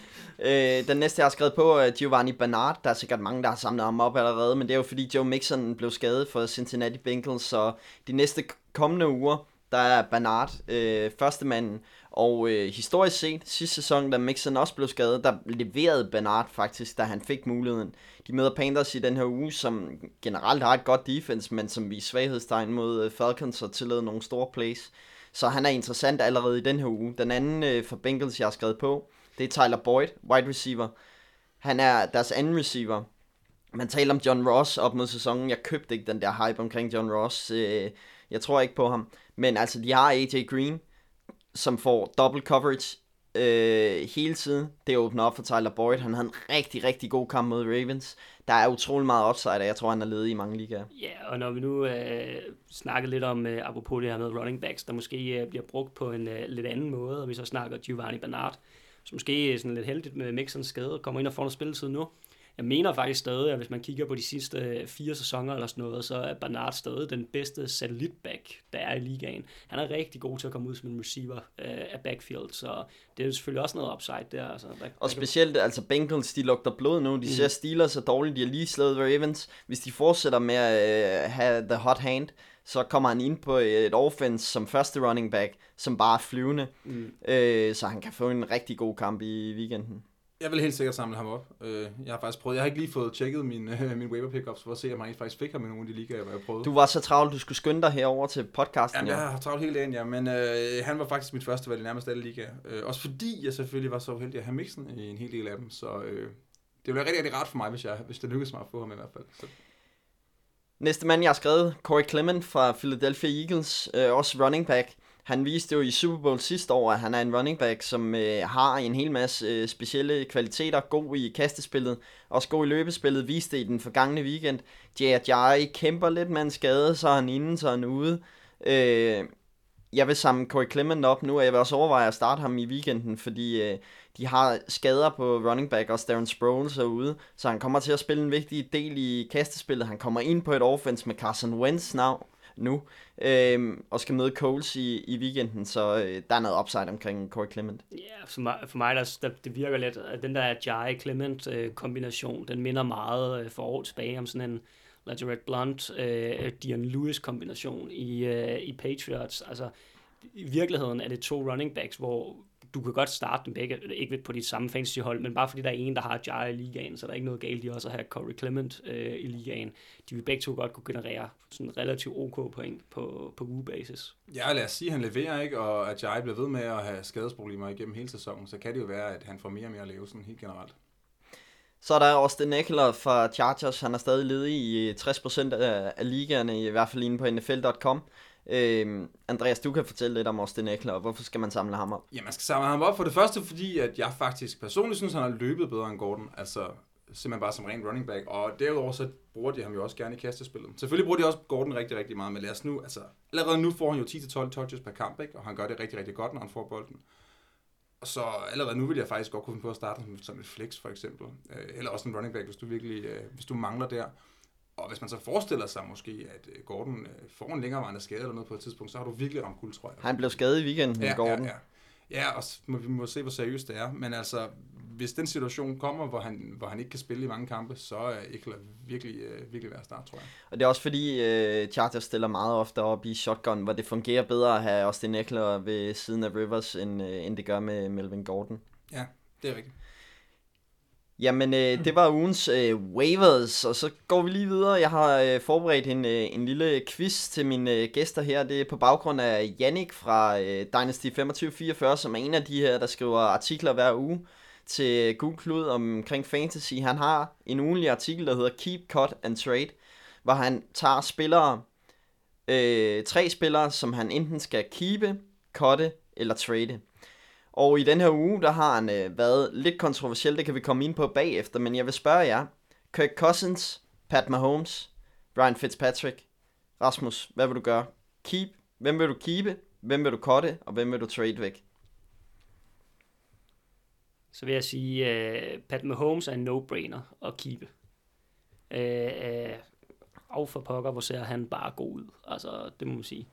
S2: Den næste, jeg har skrevet på, er Giovanni Bernard. Der er sikkert mange, der har samlet ham op allerede, men det er jo fordi Joe Mixon blev skadet for Cincinnati Bengals, så de næste kommende uger, der er Bernard første manden. Og historisk set, sidste sæson, da Mixon også blev skadet, der leverede Bernard faktisk, da han fik muligheden. De møder Panthers i den her uge, som generelt har et godt defense, men som viser svaghedstegn mod Falcons og tillod nogle store plays. Så han er interessant allerede i den her uge. Den anden for Bengals, jeg har skrevet på, det er Tyler Boyd, wide receiver. Han er deres anden receiver. Man taler om John Ross op mod sæsonen. Jeg købte ikke den der hype omkring John Ross. Jeg tror ikke på ham. Men altså, de har AJ Green, som får double coverage hele tiden. Det åbner op for Tyler Boyd. Han havde en rigtig, rigtig god kamp mod Ravens. Der er utrolig meget upside, og jeg tror, han er ledig i mange ligaer.
S4: Ja, og når vi nu snakker lidt om, apropos det her med running backs, der måske bliver brugt på en lidt anden måde, og vi så snakker Giovanni Bernard, så måske sådan lidt heldigt med Mixons skade, kommer ind og får noget spilletid nu. Jeg mener faktisk stadig, at hvis man kigger på de sidste 4 sæsoner eller sådan noget, så er Bernard stadig den bedste satellitback, der er i ligaen. Han er rigtig god til at komme ud som en receiver af backfield, så det er selvfølgelig også noget upside der. Altså,
S2: og specielt, altså Bengals, de lugter blod nu. De ser Steelers er dårligt, de har lige slået Ravens. Hvis de fortsætter med at have the hot hand, så kommer han ind på et offense som første running back, som bare er flyvende. Så han kan få en rigtig god kamp i weekenden.
S3: Jeg vil helt sikkert samle ham op. Jeg har faktisk prøvet. Jeg har ikke lige fået tjekket min waiver pickups for at se, om jeg faktisk fik ham i nogle af de ligaer, jeg prøvede.
S2: Du var så travlt, du skulle skynde dig herover til podcasten.
S3: Jamen, jeg har travlt helt ind, ja. Men han var faktisk mit første valg i nærmest alle ligaer. Også fordi jeg selvfølgelig var så uheldig at have Mixon i en hel del af dem. Så det ville være rigtig, rigtig rart for mig, hvis det lykkedes mig at få ham i hvert fald. Så.
S2: Næste mand, jeg har skrevet, Corey Clement fra Philadelphia Eagles, også running back. Han viste jo i Super Bowl sidste år, at han er en running back, som har en hel masse specielle kvaliteter. God i kastespillet, også god i løbespillet. Viste i den forgangne weekend. Jai kæmper lidt med en skade, så er han inde, så er han ude. Jeg vil samle Corey Clement op nu, og jeg vil også overveje at starte ham i weekenden, fordi de har skader på running back, og Darren Sproles er ude, så han kommer til at spille en vigtig del i kastespillet. Han kommer ind på et offense med Carson Wentz nu, og skal møde Coles i weekenden, så der er noget upside omkring Corey Clement.
S4: Ja, for mig det virker lidt, at den der Jai-Clement kombination, den minder meget for år tilbage om sådan en LeGarrette Blount, Dion Lewis kombination i Patriots. Altså, i virkeligheden er det 2 running backs, hvor du kan godt starte dem begge, ikke på dit samme fantasy-hold, men bare fordi der er en, der har Jai i ligaen, så der er ikke noget galt i også at have Corey Clement i ligaen. De vil begge to godt kunne generere sådan relativt OK point på ugebasis. Ja,
S3: lad os sige, at han leverer, ikke, og at Jai bliver ved med at have skadesproblemer igennem hele sæsonen, så kan det jo være, at han får mere og mere at lave sådan helt generelt.
S2: Så er der Austin Ekeler fra Chargers. Han er stadig ledig i 60% af ligaerne, i hvert fald inde på NFL.com. Andreas, du kan fortælle lidt om Austin Ekeler, og hvorfor skal man samle ham op?
S3: Ja, man skal samle ham op for det første, fordi at jeg faktisk personligt synes, han har løbet bedre end Gordon. Altså simpelthen bare som ren running back. Og derudover så bruger de ham jo også gerne i kastespillet. Selvfølgelig bruger de også Gordon rigtig, rigtig meget, men lad os nu, altså allerede nu får han jo 10-12 touches per kamp, ikke? Og han gør det rigtig, rigtig godt, når han får bolden. Og så allerede nu vil jeg faktisk godt kunne finde på at starte som et flex for eksempel. Eller også en running back, hvis du mangler der. Og hvis man så forestiller sig måske, at Gordon får en længerevarende skade eller noget på et tidspunkt, så har du virkelig ramt guld, tror jeg.
S2: Han blev skadet i weekenden, Gordon.
S3: Ja, og vi må se, hvor seriøst det er. Men altså, hvis den situation kommer, hvor han ikke kan spille i mange kampe, så er Ekeler virkelig værd at starte, tror jeg.
S2: Og det er også fordi, Chargers stiller meget ofte op i shotgun, hvor det fungerer bedre at have Austin Ekeler ved siden af Rivers, end det gør med Melvin Gordon.
S3: Ja, det er rigtigt.
S2: Jamen, det var ugens waivers, og så går vi lige videre. Jeg har forberedt en lille quiz til mine gæster her. Det er på baggrund af Jannik fra Dynasty 2544, som er en af de her, der skriver artikler hver uge til Google Klud omkring fantasy. Han har en ugentlig artikel, der hedder Keep, Cut and Trade, hvor han tager tre spillere, som han enten skal keepe, cutte eller trade. Og i den her uge, der har han været lidt kontroversiel, det kan vi komme ind på bagefter, men jeg vil spørge jer. Kirk Cousins, Pat Mahomes, Ryan Fitzpatrick, Rasmus, hvad vil du gøre? Keep, hvem vil du keepe, hvem vil du cutte, og hvem vil du trade væk?
S4: Så vil jeg sige, Pat Mahomes er en no-brainer at keepe. Og for pokker, hvor ser han bare god ud. Altså, det må man sige.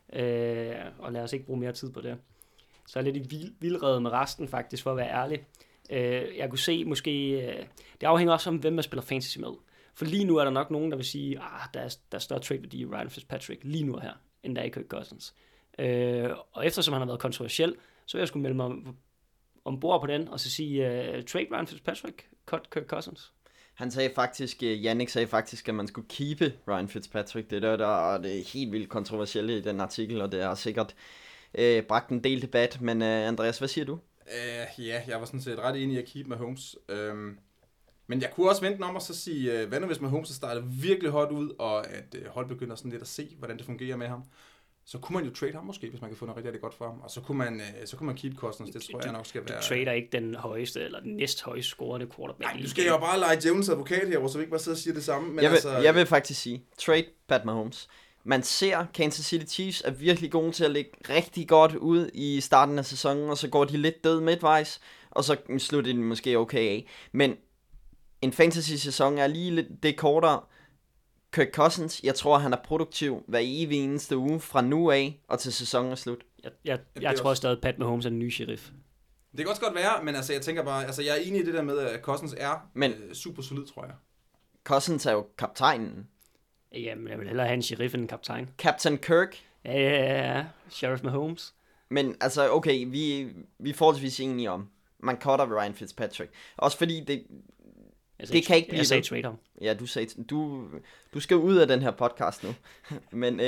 S4: Og lad os ikke bruge mere tid på det. Så er jeg lidt i vildrede med resten faktisk, for at være ærlig. Jeg kunne se måske... det afhænger også om, hvem man spiller fantasy med. For lige nu er der nok nogen, der vil sige, der er større trade-værdi i Ryan Fitzpatrick lige nu her, end der er i Kirk Cousins. Og eftersom han har været kontroversiel, så vil jeg skulle melde mig ombord på den, og så sige, trade Ryan Fitzpatrick, cut Kirk Cousins.
S2: Han sagde faktisk, Jannik sagde faktisk, at man skulle keepe Ryan Fitzpatrick. Det er det helt vildt kontroversielle i den artikel, og det er sikkert bragt en del debat. Men Andreas, hvad siger du?
S3: Ja, jeg var sådan set ret enig i at keep Mahomes. Men jeg kunne også vente om og så sige, hvad nu hvis Mahomes starter virkelig hot ud, og at hold begynder sådan lidt at se, hvordan det fungerer med ham. Så kunne man jo trade ham måske, hvis man kan få noget rigtig, rigtig godt for ham. Og så kunne man keep Cousins, det tror jeg nok skal være...
S4: Du trader ikke den højeste, eller den næsthøjst scorende quarterback.
S3: Nej, du skal jo bare lege Jones advokat her, så vi ikke bare sidder og siger det samme. Men
S2: jeg vil faktisk sige, trade Pat Mahomes. Man ser, Kansas City Chiefs er virkelig gode til at lægge rigtig godt ud i starten af sæsonen, og så går de lidt død midtvejs, og så slutter de måske okay af. Men en fantasy-sæson er lige lidt det kortere. Kirk Cousins, jeg tror, han er produktiv hver evig eneste uge fra nu af og til sæsonen er slut.
S4: Jeg tror stadig, Pat Mahomes er den nye sheriff.
S3: Det kan også godt være, men altså, jeg tænker bare, altså, jeg er enig i det der med, at Cousins er super solid, tror jeg.
S2: Cousins er jo kaptajnen.
S4: Jamen, jeg vil hellere have en sheriff end en kaptajn.
S2: Captain Kirk.
S4: Ja, Sheriff Mahomes.
S2: Men altså, okay, vi er forholdsvis enige om, man cutter Ryan Fitzpatrick. Også fordi det kan ikke blive...
S4: Jeg sagde trade ham.
S2: Ja, du skal ud af den her podcast nu. Men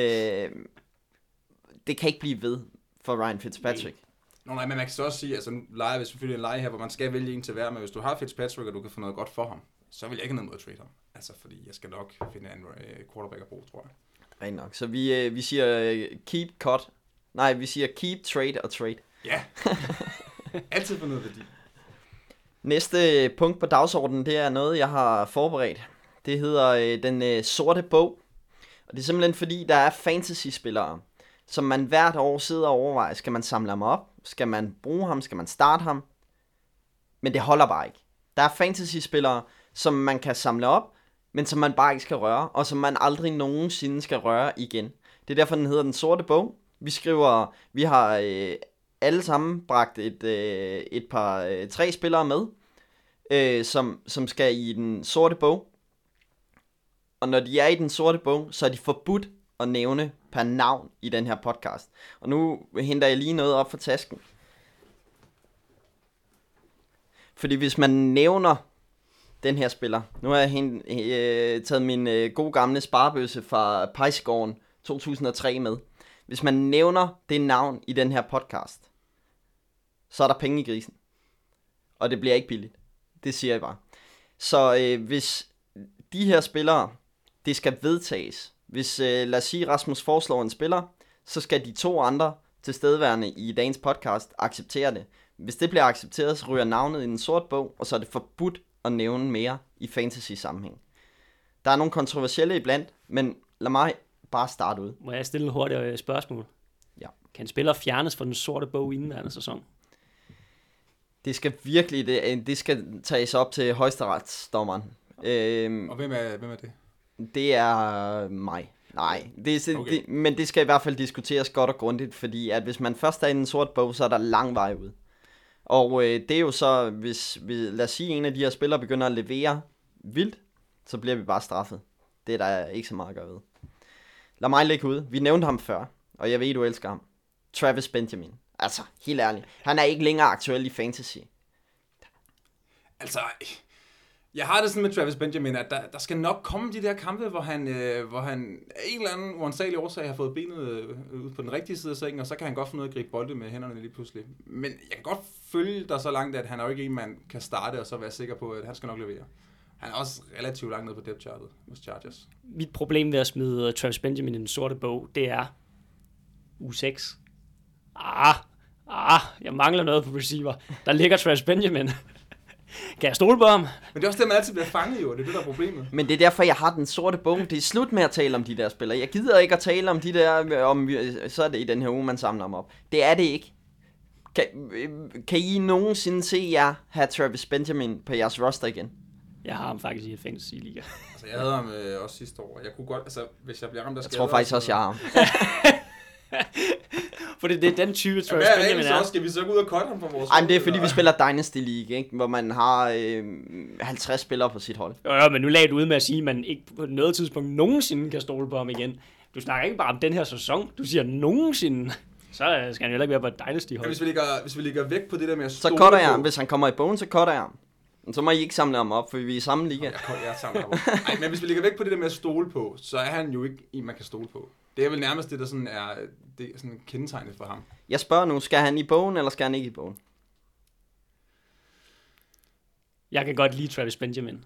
S2: det kan ikke blive ved for Ryan Fitzpatrick.
S3: Nej, men man kan så også sige, altså nu leger vi selvfølgelig en leje her, hvor man skal vælge en til hver, men hvis du har Fitzpatrick, og du kan få noget godt for ham, så vil jeg ikke have noget mod at trade ham. Altså, fordi jeg skal nok finde en quarterback at bruge, tror jeg.
S2: Rent nok. Så vi siger keep, cut. Nej, vi siger keep, trade og trade.
S3: Ja. Altid for noget værdi.
S2: Næste punkt på dagsordenen, det er noget, jeg har forberedt. Det hedder den sorte bog. Og det er simpelthen fordi, der er fantasy-spillere, som man hvert år sidder og overvejer. Skal man samle ham op? Skal man bruge ham? Skal man starte ham? Men det holder bare ikke. Der er fantasy-spillere, som man kan samle op, men som man bare ikke skal røre, og som man aldrig nogensinde skal røre igen. Det er derfor, den hedder den sorte bog. Vi har alle sammen bragt et par 3 spillere med, som skal i den sorte bog. Og når de er i den sorte bog, så er de forbudt at nævne per navn i den her podcast. Og nu henter jeg lige noget op for tasken. Fordi hvis man nævner den her spiller, nu har jeg taget min gode gamle sparebøsse fra Pejsgården 2003 med. Hvis man nævner det navn i den her podcast, så er der penge i grisen. Og det bliver ikke billigt. Det siger jeg bare. Så hvis de her spillere, det skal vedtages. Hvis, lad os sige, Rasmus foreslår en spiller, så skal de 2 andre tilstedeværende i dagens podcast acceptere det. Hvis det bliver accepteret, så ryger navnet i en sort bog, og så er det forbudt at nævne mere i fantasy-sammenhæng. Der er nogle kontroversielle iblandt, men lad mig bare starte ud.
S4: Må jeg stille et hurtigt spørgsmål?
S2: Ja.
S4: Kan en spiller fjernes fra den sorte bog i indværende sæson?
S2: Det skal virkelig, det skal tages op til højesteretsdommeren.
S3: Og hvem er det?
S2: Det er mig. Nej, okay. Men det skal i hvert fald diskuteres godt og grundigt, fordi at hvis man først er i en sort bog, så er der lang vej ud. Og det er jo så, hvis lad os sige, en af de her spillere begynder at levere vildt, så bliver vi bare straffet. Det er der ikke så meget at gøre ved. Lad mig lægge ud. Vi nævnte ham før, og jeg ved, du elsker ham. Travis Benjamin. Altså, helt ærligt. Han er ikke længere aktuel i fantasy.
S3: Altså, jeg har det sådan med Travis Benjamin, at der skal nok komme de der kampe, hvor han af en eller anden uansagelig årsag har fået benet ud på den rigtige side af sengen, og så kan han godt finde ud af at gribe bolde med hænderne lige pludselig. Men jeg kan godt følge dig så langt, at han er jo ikke en, man kan starte og så være sikker på, at han skal nok levere. Han er også relativt langt ned på depth chartet hos Chargers.
S4: Mit problem ved at smide Travis Benjamin i den sorte bog, det er uge 6. Jeg mangler noget på receiver. Der ligger Travis Benjamin. Kan jeg stole på ham?
S3: Men det er også det, man altid bliver fanget jo. Det er det, der er problemet.
S2: Men det er derfor, jeg har den sorte bog. Det er slut med at tale om de der spillere. Jeg gider ikke at tale om de der, så er det i den her uge, man samler dem op. Det er det ikke. Kan I nogensinde se jer have Travis Benjamin på jeres roster igen?
S4: Jeg har ham faktisk i et fantasy-liga.
S3: Altså, jeg havde ham også sidste år. Jeg kunne godt, altså, hvis jeg bliver ramt af skader...
S2: Jeg tror faktisk også, jeg har ham.
S4: For det er den type Travis Benjamin er.
S3: Skal vi så gå ud og cutte ham på vores
S2: hold? Det er fordi, vi spiller Dynasty League, ikke? Hvor man har 50 spillere på sit hold.
S4: Jo, men nu lagde du ud med at sige, at man ikke på noget tidspunkt nogensinde kan stole på ham igen. Du snakker ikke bare om den her sæson. Du siger nogensinde. Så skal han jo ikke være på et Dynasty hold.
S3: Ja, hvis vi ligger væk på det der med at
S2: stole på... Så cutter jeg ham. Hvis han kommer i bogen, så cutter jeg ham. Så må I ikke samle ham op, for vi er i samme liga.
S3: Jeg samler ham op. Ej, men hvis vi ligger væk på det der med at stole på, så er han jo ikke en, man kan stole på. Det er vel nærmest det, der sådan er kendetegnet for ham.
S2: Jeg spørger nu, skal han i bogen, eller skal han ikke i bogen?
S4: Jeg kan godt lide Travis Benjamin.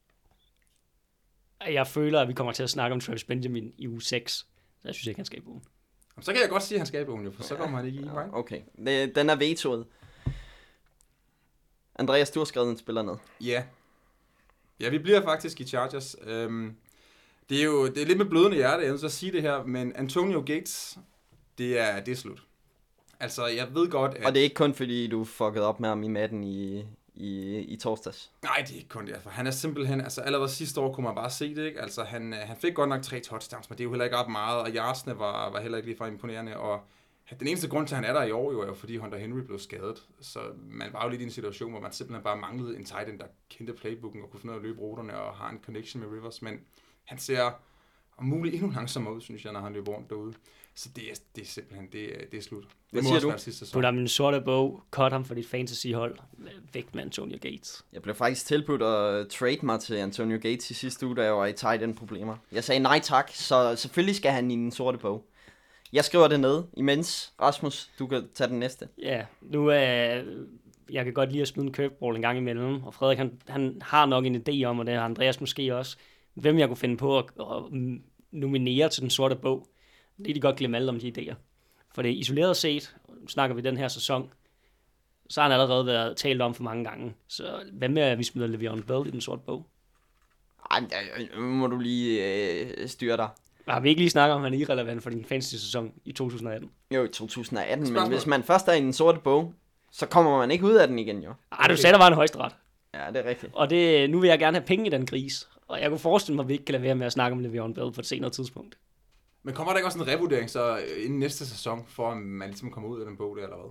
S4: Jeg føler, at vi kommer til at snakke om Travis Benjamin i uge 6. Så jeg synes ikke, han skal i bogen.
S3: Så kan jeg godt sige, at han skal i bogen, for så kommer han ikke i. Right?
S2: Okay, den er vetoet. Andreas, du har skrevet en spiller ned.
S3: Ja, vi bliver faktisk i Chargers. Det er lidt med blødende hjerte, jeg vil så sige det her, men Antonio Gates, det er slut. Altså, jeg ved godt, at...
S2: Og det er ikke kun fordi, du fuckede op med ham i Madden i torsdags?
S3: Nej, det er ikke kun det. For han er simpelthen... Altså, allerede sidste år kunne man bare se det, ikke? Altså, han fik godt nok 3 touchdowns, men det er jo heller ikke ret meget, og yardsene var heller ikke lige for imponerende, og den eneste grund til, at han er der i år, jo, er jo fordi Hunter Henry blev skadet. Så man var jo lidt i en situation, hvor man simpelthen bare manglede en tight end, der kendte playbooken og kunne finde ud af at løbe ruterne og har en connection med Rivers, men han ser om muligt endnu langsommere ud, synes jeg, når han løber rundt derude. Så det er simpelthen, det er slut.
S2: Hvad siger du?
S4: Put ham i en sorte bog, cut ham for dit fantasyhold, væk med Antonio Gates.
S2: Jeg blev faktisk tilbudt at trade mig til Antonio Gates i sidste uge, da jeg var i tight end problemer. Jeg sagde nej tak, så selvfølgelig skal han i en sorte bog. Jeg skriver det ned, imens Rasmus, du kan tage den næste.
S4: Ja, nu jeg kan godt lide at smide en curveball en gang imellem, og Frederik han har nok en idé om, og det har Andreas måske også, hvem jeg kunne finde på at nominere til den sorte bog. Det er de godt glemme alle om de idéer. For det isoleret set, snakker vi den her sæson, så har han allerede været talt om for mange gange. Så hvad med, at vi smider Le'Veon Bell i den sorte bog?
S2: Ej, nu må du lige styre dig.
S4: Har vi ikke lige snakket om, at han er irrelevant for din fantasy-sæson i 2018?
S2: Jo, i 2018, men hvis man først er i den sorte bog, så kommer man ikke ud af den igen, jo.
S4: Ej, du sagde, der var en højesteret.
S2: Ja, det er rigtigt.
S4: Og nu vil jeg gerne have penge i den gris. Og jeg kunne forestille mig, at vi ikke kan lade være med at snakke om Le'Veon Bell på et senere tidspunkt.
S3: Men kommer der ikke også en revurdering så inden næste sæson, for at man ligesom kommer ud af den bog der, eller hvad?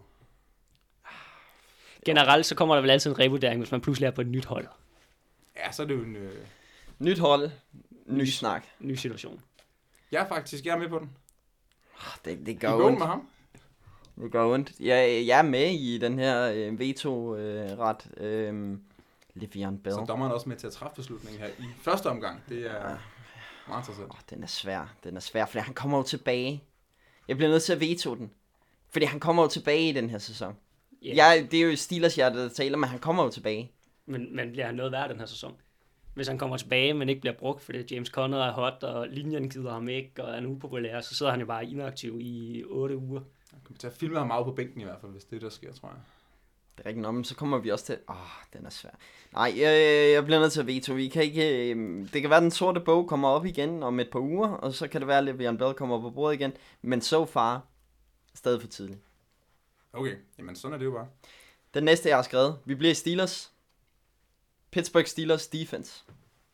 S4: Generelt så kommer der vel altid en revurdering, hvis man pludselig er på et nyt hold.
S3: Ja, så er det jo en...
S2: Nyt hold, ny snak.
S4: Ny situation.
S3: Jeg er med på den.
S2: Det gør ondt.
S3: Med ham?
S2: Det gør ondt. Jeg er med i den her veto-ret. Le'Veon Bell.
S3: Så dommeren er også med til at træffe beslutningen her i første omgang. Det er meget interessant.
S2: Den er svær, fordi han kommer jo tilbage. Jeg bliver nødt til at veto den. Fordi han kommer jo tilbage i den her sæson. Yeah. Det er jo Steelers hjerte, der taler, men han kommer jo tilbage.
S4: Men bliver han noget værd den her sæson? hvis han kommer tilbage, men ikke bliver brugt, fordi James Conner er hot, og linjen gider ham ikke, og er upopulær, så sidder han jo bare inaktiv i 8 uger.
S3: Jeg kommer til at filme ham meget på bænken i hvert fald, hvis det er der sker, tror jeg.
S2: Det er rigtigt nok, men så kommer vi også til... den er svær. Nej, jeg bliver nødt til at veto. Vi kan ikke... det kan være, den sorte bog kommer op igen om et par uger, og så kan det være, at Le'Veon Bell kommer op på bordet igen. Men so far, stadig for tidligt.
S3: Okay, jamen sådan er det jo bare.
S2: Den næste, jeg har skrevet. Vi bliver i Steelers. Pittsburgh Steelers defense.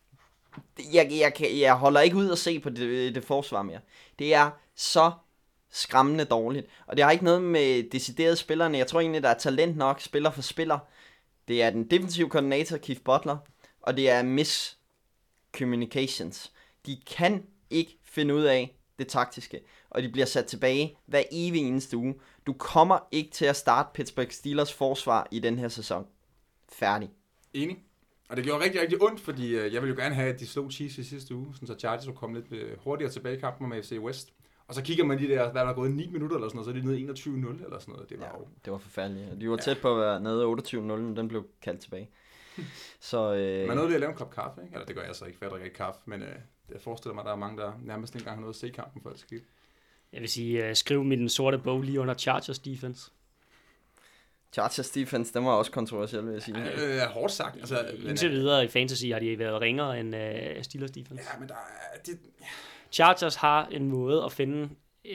S2: Jeg holder ikke ud at se på det forsvar mere. Det er så skræmmende dårligt. Og det har ikke noget med deciderede spillerne. Jeg tror egentlig, der er talent nok, spiller for spiller. Det er den defensive koordinator, Keith Butler, og det er miscommunications. De kan ikke finde ud af det taktiske, og de bliver sat tilbage hver evig eneste uge. Du kommer ikke til at starte Pittsburgh Steelers forsvar i den her sæson. Færdig.
S3: Enig. Og det gjorde rigtig, rigtig ondt, fordi jeg ville jo gerne have, at de slog Chiefs i sidste uge, så Chargers kunne komme lidt hurtigere tilbage i kampen med FC West. Og så kigger man lige der, hvad der er gået 9 minutter eller sådan noget, så er de nede 21-0 eller sådan noget. Det var jo...
S2: det var forfærdeligt. De var tæt på at være nede 28-0, men den blev kaldt tilbage. Så,
S3: man nåede det at lave en kop kaffe, ikke? Eller det gør jeg så ikke, for jeg drikker ikke kaffe, men jeg forestiller mig, at der er mange, der nærmest ikke engang har noget at se kampen, før det skete.
S4: Jeg vil sige, skriv min sorte bog lige under Chargers defense.
S2: Chargers defense, den var også kontroversiel, vil jeg sige.
S3: Ja, hårdt sagt. Altså,
S4: indtil videre i fantasy har de været ringere end Steelers defense.
S3: Ja, men der er...
S4: Chargers har en måde at finde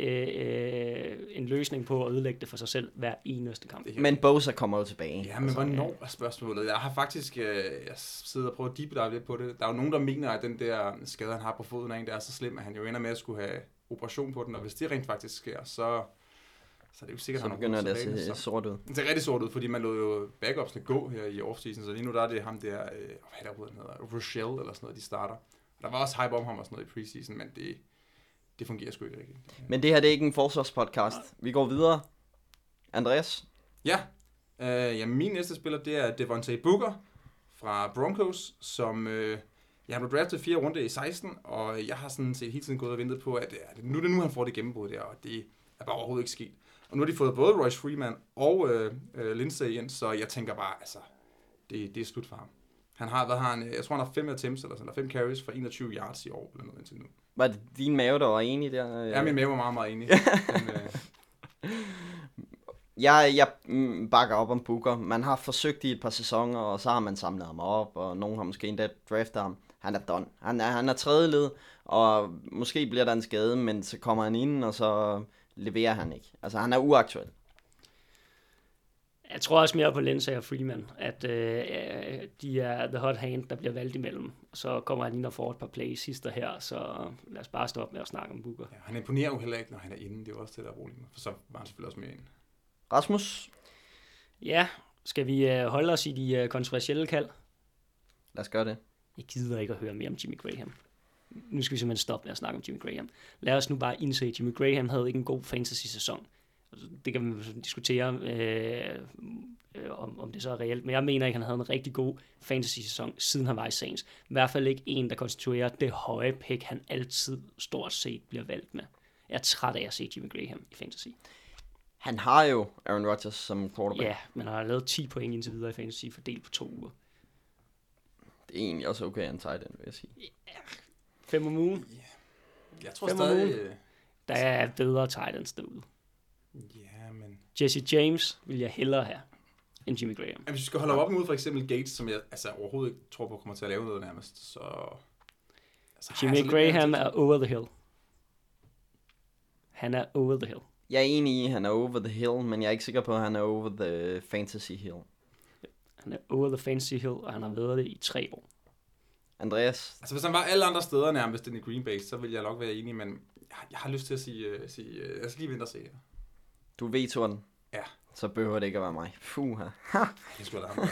S4: en løsning på at ødelægge det for sig selv hver eneste kamp.
S2: Men Bosa kommer jo tilbage.
S3: Ja, men hvornår er spørgsmålet? Jeg har faktisk, jeg sidder og prøver at deep dive lidt på det. Der er jo nogen, der mener, at den der skade, han har på foden af en, der er så slem, at han jo ender med at skulle have operation på den, og hvis det rent faktisk sker, så er det jo sikkert,
S2: så begynder det at se sort ud.
S3: Det ser rigtig sort ud, fordi man lod jo backupsene gå her i offseason, så lige nu der er det ham der, hvad der hedder, Rochelle eller sådan noget, de starter. Der var også hype om ham og sådan noget i preseason, men det fungerer sgu ikke rigtigt.
S2: Men det her, det er ikke en forsvarspodcast. Vi går videre. Andreas?
S3: Ja, min næste spiller, det er Devontae Booker fra Broncos, som jeg blev draftet 4 runder i 16, og jeg har sådan set hele tiden gået og ventet på, at nu er det nu, han får det gennembrud der, og det er bare overhovedet ikke sket. Og nu har de fået både Royce Freeman og Lindsay ind, så jeg tænker bare, altså, det er slut for ham. Han har, jeg tror han har 5 attempts, eller 5 carries for 21 yards i år, eller noget indtil nu.
S2: Var det din mave, der var enig der?
S3: Ja, min mave var meget, meget enig.
S2: Jeg bakker op om Booker. Man har forsøgt i et par sæsoner, og så har man samlet ham op, og nogen har måske endda draftet ham. Han er done. Han er tredje led, og måske bliver der en skade, men så kommer han ind, og så leverer han ikke. Altså, han er uaktuel.
S4: Jeg tror også mere på Lindsay og Freeman, at de er the hot hand, der bliver valgt imellem. Så kommer han ind og får et par plays sidste her, så lad os bare stoppe med at snakke om Booker.
S3: Ja, han imponerer jo heller ikke, når han er inde. Det er jo også det, der er problemet. For så var han selvfølgelig også mere inde.
S2: Rasmus?
S4: Ja, skal vi holde os i de kontroversielle kald?
S2: Lad os gøre det.
S4: Jeg gider ikke at høre mere om Jimmy Graham. Nu skal vi simpelthen stoppe med at snakke om Jimmy Graham. Lad os nu bare indse, at Jimmy Graham havde ikke en god fantasy-sæson. Det kan vi diskutere, om det så er reelt. Men jeg mener ikke, at han havde en rigtig god fantasy-sæson, siden han var i Saints. I hvert fald ikke en, der konstituerer det høje pick, han altid stort set bliver valgt med. Jeg er træt af at se Jimmy Graham i fantasy.
S2: Han har jo Aaron Rodgers som quarterback.
S4: Ja, men han har lavet 10 point indtil videre i fantasy, fordelt på 2 uger.
S2: Det er egentlig også okay, en tight end, vil jeg sige.
S4: Ja, 5 om ugen.
S3: Jeg tror stadig...
S4: Der er bedre tight ends derude.
S3: Ja, men...
S4: Jesse James vil jeg hellere have end Jimmy Graham.
S3: Hvis vi skal holde op imod for eksempel Gates, som jeg overhovedet ikke tror på kommer til at lave noget nærmest, så...
S4: Jimmy Graham er over the hill. Han er over the hill.
S2: Jeg er enig i, at han er over the hill, men jeg er ikke sikker på, at han er over the fantasy hill.
S4: Han er over the fantasy hill, og han har været det i 3 år.
S2: Andreas?
S3: Altså hvis han var alle andre steder nærmest end i Green Bay, så ville jeg nok være enig, men jeg har lyst til at sige jeg skal lige vente og se.
S2: Du vetoer den?
S3: Ja.
S2: Så behøver det ikke at være mig. Fuha.
S3: Det skulle da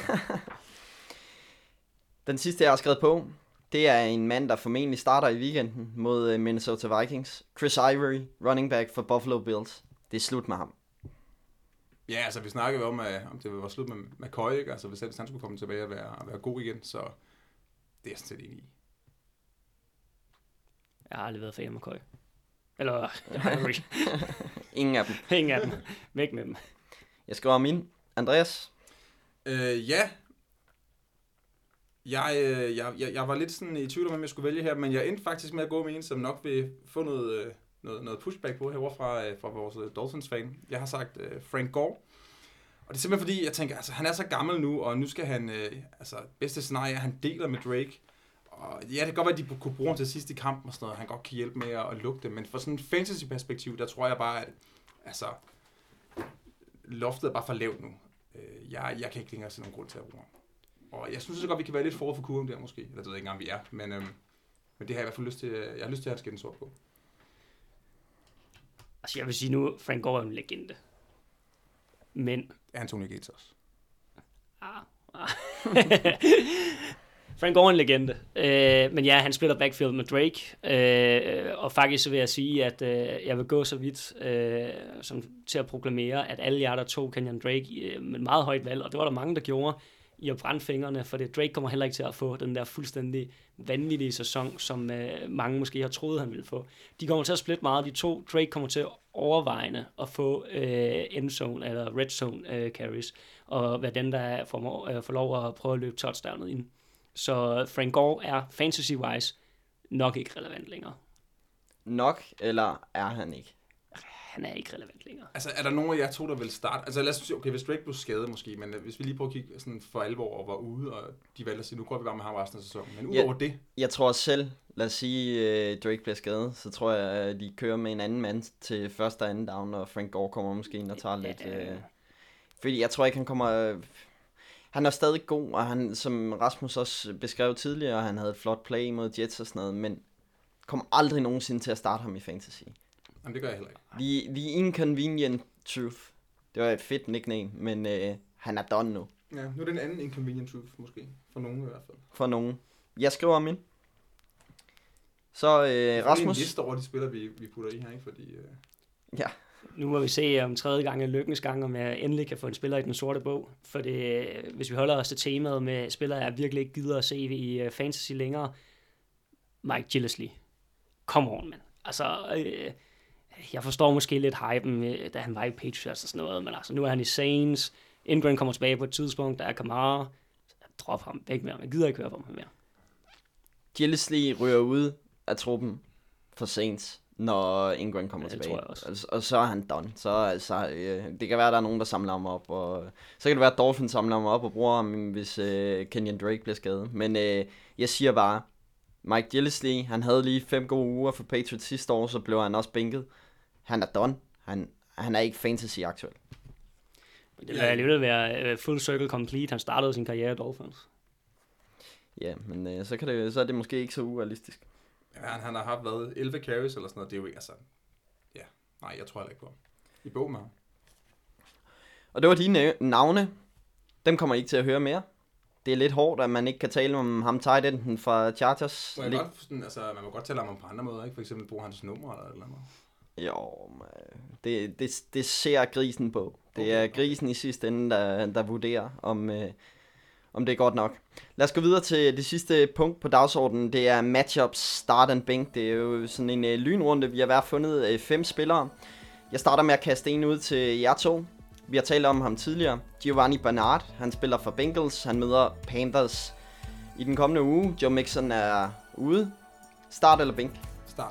S2: Den sidste, jeg har skrevet på, det er en mand, der formentlig starter i weekenden mod Minnesota Vikings. Chris Ivory, running back for Buffalo Bills. Det er slut med ham.
S3: Ja, altså vi snakkede om det var slut med McCoy, ikke? Altså hvis han skulle komme tilbage og være god igen, så det er jeg sådan set enig i.
S4: Jeg har aldrig været fan af McCoy. Eller Ivory.
S2: Ingen af dem.
S4: Ingen af dem. Væk med dem.
S2: Jeg skriver min. Andreas?
S3: Ja. Jeg var lidt sådan i tvivl om jeg skulle vælge her, men jeg endte faktisk med at gå med en, som nok vil få noget pushback på herovre fra vores Dolphins-fan. Jeg har sagt Frank Gore. Og det er simpelthen fordi, jeg tænker, altså han er så gammel nu, og nu skal han, bedste scenarie, han deler med Drake. Og ja, det kan godt være, at de kunne bruge ham til sidst i kampen og sådan noget, han godt kan hjælpe med at lukke det, men fra sådan en fantasy-perspektiv, der tror jeg bare, at loftet er bare for lavt nu. Jeg kan ikke længere se nogen grund til at bruge ham. Og jeg synes så godt, vi kan være lidt forud for kurven der måske, eller det ved jeg ikke engang, vi er, men det har jeg i hvert fald lyst til, jeg har lyst til at have et skændensord på.
S4: Altså jeg vil sige nu, Frank Gore er en legende. Men...
S3: Anthony Gates også.
S4: Frank Gore er en legende. Men ja, han spiller backfield med Drake. Og faktisk så vil jeg sige, at jeg vil gå så vidt som til at proklamere, at alle jer, der tog Kenyan Drake med et meget højt valg, og det var der mange, der gjorde, i at brænde fingrene, for Drake kommer heller ikke til at få den der fuldstændig vanvittige sæson, som mange måske har troet, han ville få. De kommer til at splitte meget, de to. Drake kommer til at overvejende at få endzone eller red zone carries, og være den, der får lov at prøve at løbe touchdownet ind. Så Frank Gore er fantasy-wise nok ikke relevant længere.
S2: Nok, eller er han ikke?
S4: Han er ikke relevant længere.
S3: Altså, er der nogen af jer to, der vil starte? Altså, lad os sige, okay, hvis Drake blev skadet måske, men hvis vi lige prøver at kigge sådan for alvor og var ude, og de valgte at sige, nu går vi bare med ham resten af sæsonen. Men udover det...
S2: Jeg tror selv, lad os sige, Drake bliver skadet, så tror jeg, at de kører med en anden mand til første og anden down, og Frank Gore kommer måske ind og tager lidt... Fordi jeg tror ikke, han kommer... Han er stadig god, og han, som Rasmus også beskrev tidligere, han havde et flot play mod Jets og sådan noget, men kommer aldrig nogensinde til at starte ham i fantasy.
S3: Jamen, det gør jeg heller ikke.
S2: The Inconvenient Truth. Det var et fedt nickname, men han er done nu.
S3: Ja, nu er det en anden Inconvenient Truth måske. For nogen i hvert fald.
S2: For nogen. Jeg skriver ham ind. Så Rasmus...
S3: Det er en liste over de spillere, vi putter i her, ikke? Fordi...
S2: Ja.
S4: Nu må vi se om tredje gang er lykkens gang, om jeg endelig kan få en spiller i den sorte bog. For hvis vi holder os til temaet med spillere, jeg virkelig ikke gider at se i fantasy længere. Mike Gillislee. Come on, man. Altså, jeg forstår måske lidt hypen, da han var i Patriots og sådan noget, men altså, nu er han i Saints. Ingram kommer tilbage på et tidspunkt, der er Kamara. Drop ham væk med ham. Jeg gider ikke høre på ham mere.
S2: Gillislee ryger ud af truppen for Saints, når Ingram kommer tilbage.
S4: Tror jeg også.
S2: Og så er han done. Så det kan være, at der er nogen, der samler ham op. Og så kan det være, at Dolphins samler ham op og bruger ham, hvis Kenyan Drake bliver skadet. Men jeg siger bare, Mike Gillislee, han havde lige 5 gode uger for Patriots sidste år, så blev han også bænket. Han er done. Han er ikke fantasy aktuel.
S4: Det vil alligevel være full circle complete. Han startede sin karriere i Dolphins.
S2: Ja, men så er det måske ikke så urealistisk.
S3: Ja, han har haft været 11 carries eller sådan noget. Det er jo ikke, altså... Ja, nej, jeg tror heller ikke på ham. I bog med ham.
S2: Og det var de navne. Dem kommer I ikke til at høre mere. Det er lidt hårdt, at man ikke kan tale om ham tight enden fra Chargers.
S3: Man må godt tale om ham på andre måder, ikke? For eksempel bruge hans nummer eller noget.
S2: Jo, det ser grisen på. Det er grisen i sidste ende, der vurderer, om det er godt nok. Lad os gå videre til det sidste punkt på dagsordenen. Det er matchups, start and bænk. Det er jo sådan en lynrunde. Vi har været fundet 5 spillere. Jeg starter med at kaste en ud til jer to. Vi har talt om ham tidligere. Giovanni Bernard, han spiller for Bengals. Han møder Panthers i den kommende uge. Joe Mixon er ude. Start eller bænk?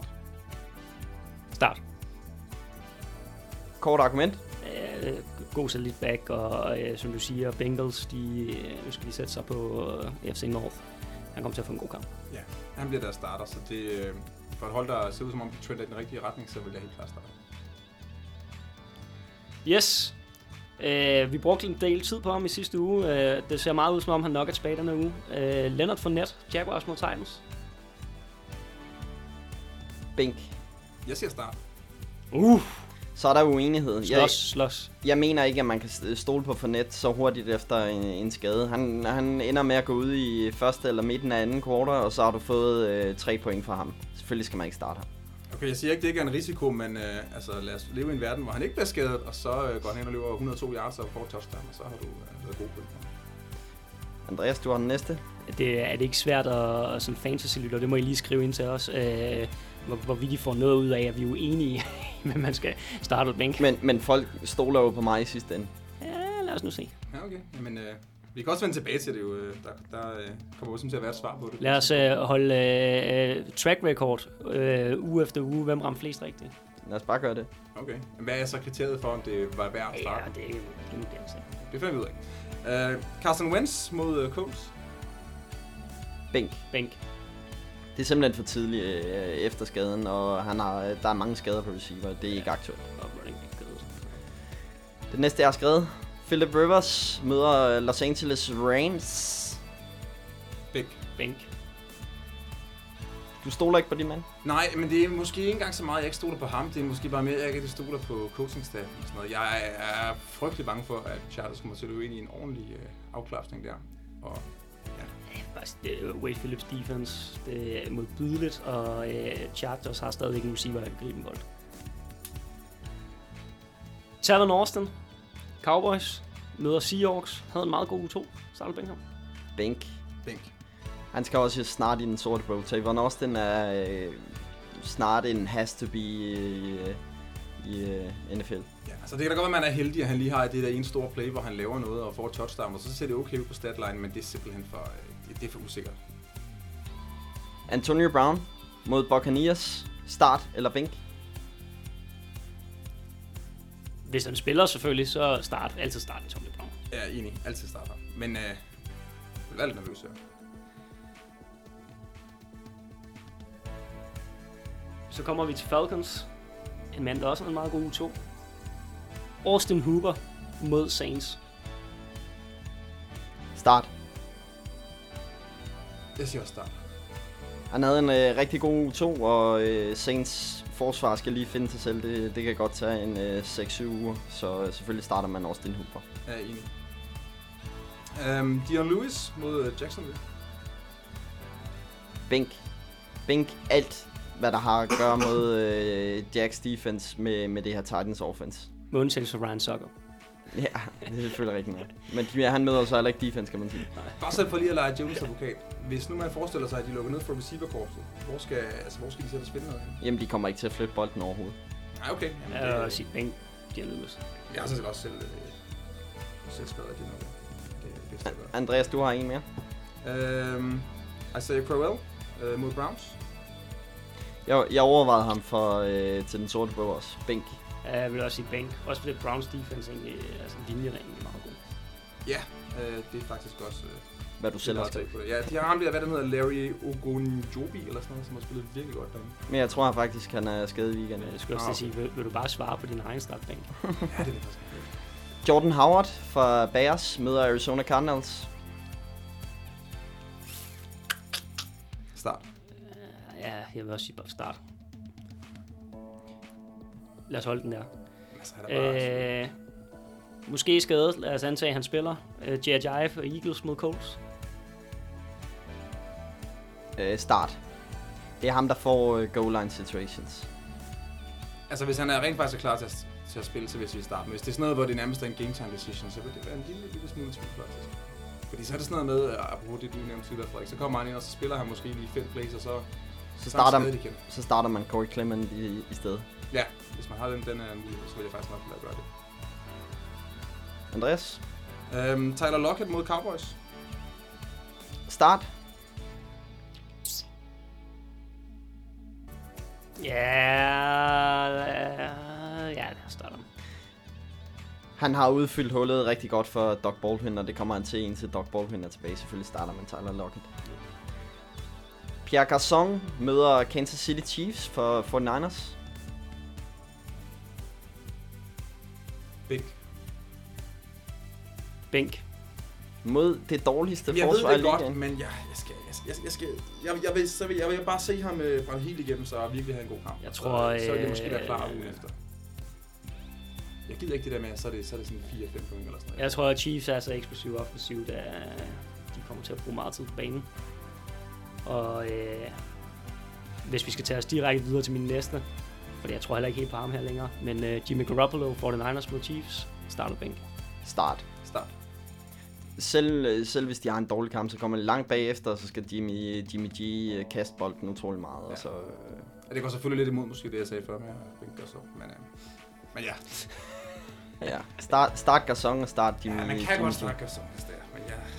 S4: Start.
S2: Kort argument.
S4: God solid back, og som du siger, Bengals, nu skal de sætte sig på FC North. Han kommer til at få en god kamp.
S3: Ja, han bliver der starter, så det for et hold, der ser ud som om de trender i den rigtige retning, så vil jeg helt klart starte.
S4: Yes. Vi brugte en del tid på ham i sidste uge. Det ser meget ud, som om han nok er tilbage denne uge. Leonard Fournette, Jaguars mod Titans.
S2: Bænk.
S3: Jeg siger start.
S2: Så er der uenighed.
S4: Slås.
S2: Jeg mener ikke, at man kan stole på Fournette så hurtigt efter en skade. Han ender med at gå ud i første eller midten af anden kvartal, og så har du fået 3 point fra ham. Selvfølgelig skal man ikke starte ham.
S3: Okay, jeg siger ikke, det ikke er en risiko, men lad os leve i en verden, hvor han ikke bliver skadet, og så går han hen og løber 102 yards og får touchdown, og så har du været god på det.
S2: Andreas, du har den næste.
S4: Er det ikke svært at sådan fantasy-lytter? Det må I lige skrive ind til os. Hvor vi får noget ud af, at vi er uenige, men man skal starte et bænk.
S2: Men folk stoler jo på mig i sidste ende.
S4: Ja, lad os nu se.
S3: Ja, okay. Jamen, Vi kan også vende tilbage til det jo. Der kommer også til at være et svar på det.
S4: Lad os holde track record uge efter uge. Hvem ramte flest rigtigt?
S2: Lad os bare gøre det.
S3: Okay. Hvad er så kriteriet for, om det var værd at starte?
S4: Ja, det er en uddannelse.
S3: Det finder vi ud af. Carson Wentz mod Colts.
S2: Bænk. Det er simpelthen for tidligt efter skaden, og der er mange skader på receiver. Det er ikke aktuelt. Det næste, jeg har skrevet. Philip Rivers møder Los Angeles Rams.
S3: Bænk.
S2: Du stoler ikke på din mand?
S3: Nej, men det er måske ikke engang så meget, jeg ikke stoler på ham. Det er måske bare mere, jeg ikke stoler på coachingstaffen og sådan noget. Jeg er frygtelig bange for, at Chargers kommer til at løbe ind i en ordentlig afklapsning der. Og
S4: Wade Phillips defense, det er modbydeligt, og Chargers har stadigvæk en receiver, der kan gribe en bold. Talon Austin, Cowboys, møder Seahawks, havde en meget god U2. Starter Bengham.
S2: Bænk.
S3: Han
S2: skal også snart i den sorte bog. Tavon Austin er snart en has to be i NFL.
S3: Ja, altså det kan da godt være, at man er heldig, at han lige har det der ene store play, hvor han laver noget og får et touchdown, og så ser det okay ud på statline, men det er simpelthen det er for usikkert.
S2: Antonio Brown mod Buccaneers. Start eller bænk?
S4: Hvis han spiller selvfølgelig, så altid start Antonio Brown.
S3: Ja, enig. Altid starter. Men jeg er lidt nervøs her.
S4: Så kommer vi til Falcons. En mand, der også har en meget god U2. Austin Hooper mod Saints.
S2: Start.
S3: Jeg siger også start.
S2: Han havde en rigtig god U2, og Saints forsvar skal lige finde sig selv. Det kan godt tage en 6-7 uger, så selvfølgelig starter man Austin Hooper.
S3: Ja, enig. Dion Lewis mod Jacksonville.
S2: Bænk alt, hvad der har at gøre med Jacks defense med det her Titans offense.
S4: Med undtagelse for Ryan Sucker.
S2: Ja, det er selvfølgelig rigtigt nok. Men han møder så heller ikke defense, kan man sige.
S3: Bare selv for lige at lege Jones advokat. Hvis nu man forestiller sig, at de lukker ned for receiver-korpset, hvor skal de sætte spille noget?
S2: Jamen, de kommer ikke til at flytte bolden overhovedet.
S3: Nej, okay.
S4: Jamen, det er sit bænk, Dion Lewis.
S3: Jeg har sådan set også selv skrevet, at det er noget.
S2: Andreas, du har en mere.
S3: Isaiah Crowell mod Browns.
S2: Jeg overvejede ham til den sorte bog også. Bænk.
S4: Jeg vil også sige bænk. Også fordi Browns defense egentlig, altså linjen er egentlig meget god.
S3: Ja, det er faktisk også...
S2: hvad du selv har skrevet.
S3: Ja, de har ham der, hvad der hedder, Larry Ogunjobi eller sådan noget, som har spillet virkelig godt derinde.
S2: Men jeg tror faktisk, han er skadet i weekenden.
S4: Jeg skulle også sige, vil du bare svare på din egen startbænk?
S3: Ja, det er faktisk.
S2: Jordan Howard fra Bears møder Arizona Cardinals.
S3: Start.
S4: Ja, jeg vil også sige bare start. Lad os holde den der.
S3: Altså,
S4: måske skadet. Lad os antage, at han spiller. J.J. for Eagles mod Colts.
S2: Start. Det er ham, der får goal line situations.
S3: Altså, hvis han er rent faktisk klar til at spille, så vil jeg sige start. Men hvis det er sådan noget, hvor det nærmest er en game time decision, så vil det være en lille smule tvivl faktisk. Fordi så er det sådan noget med, apropos det du nævnte tidligere, Frederik, så kommer han ind, og så spiller han måske lige 5 plays, og så
S2: starter man Corey Clement i stedet.
S3: Ja, hvis man har den er mulighed, så vil jeg faktisk nok lade gøre det.
S2: Andreas?
S3: Tyler Lockett mod Cowboys.
S2: Start.
S4: Ja, det starter.
S2: Han har udfyldt hullet rigtig godt for Doug Baldwin, og det kommer han til, indtil Doug Baldwin er tilbage. Selvfølgelig starter man Tyler Lockett. Pierre Garçon møder Kansas City Chiefs for 49ers.
S4: Bænk.
S2: Mod det dårligste forsvar i ligaen.
S3: Jeg ved det godt, men jeg vil bare se ham fra helt igennem, så virkelig have en god kamp.
S4: Jeg tror,
S3: så vil jeg måske være klar ugen efter. Jeg gider ikke det der med, så er det sådan 4-5 point eller sådan noget.
S4: Jeg tror, at Chiefs er så eksplosiv og offensiv, at de kommer til at bruge meget tid på banen. Og hvis vi skal tage os direkte videre til min næste, fordi jeg tror heller ikke helt på ham her længere, men Jimmy Garoppolo, 49ers mod Chiefs, starter bænk.
S2: Start. Selv hvis de har en dårlig kamp, så kommer de langt bagefter, og så skal Jimmy G kaste bolden utrolig meget. Ja. Og så,
S3: det går selvfølgelig lidt imod måske det, jeg sagde før med bænk og så, men ja.
S2: Ja, start Garçon og start Jimmy.
S3: Ja, man kan godt starte Garçon, hvis det er, men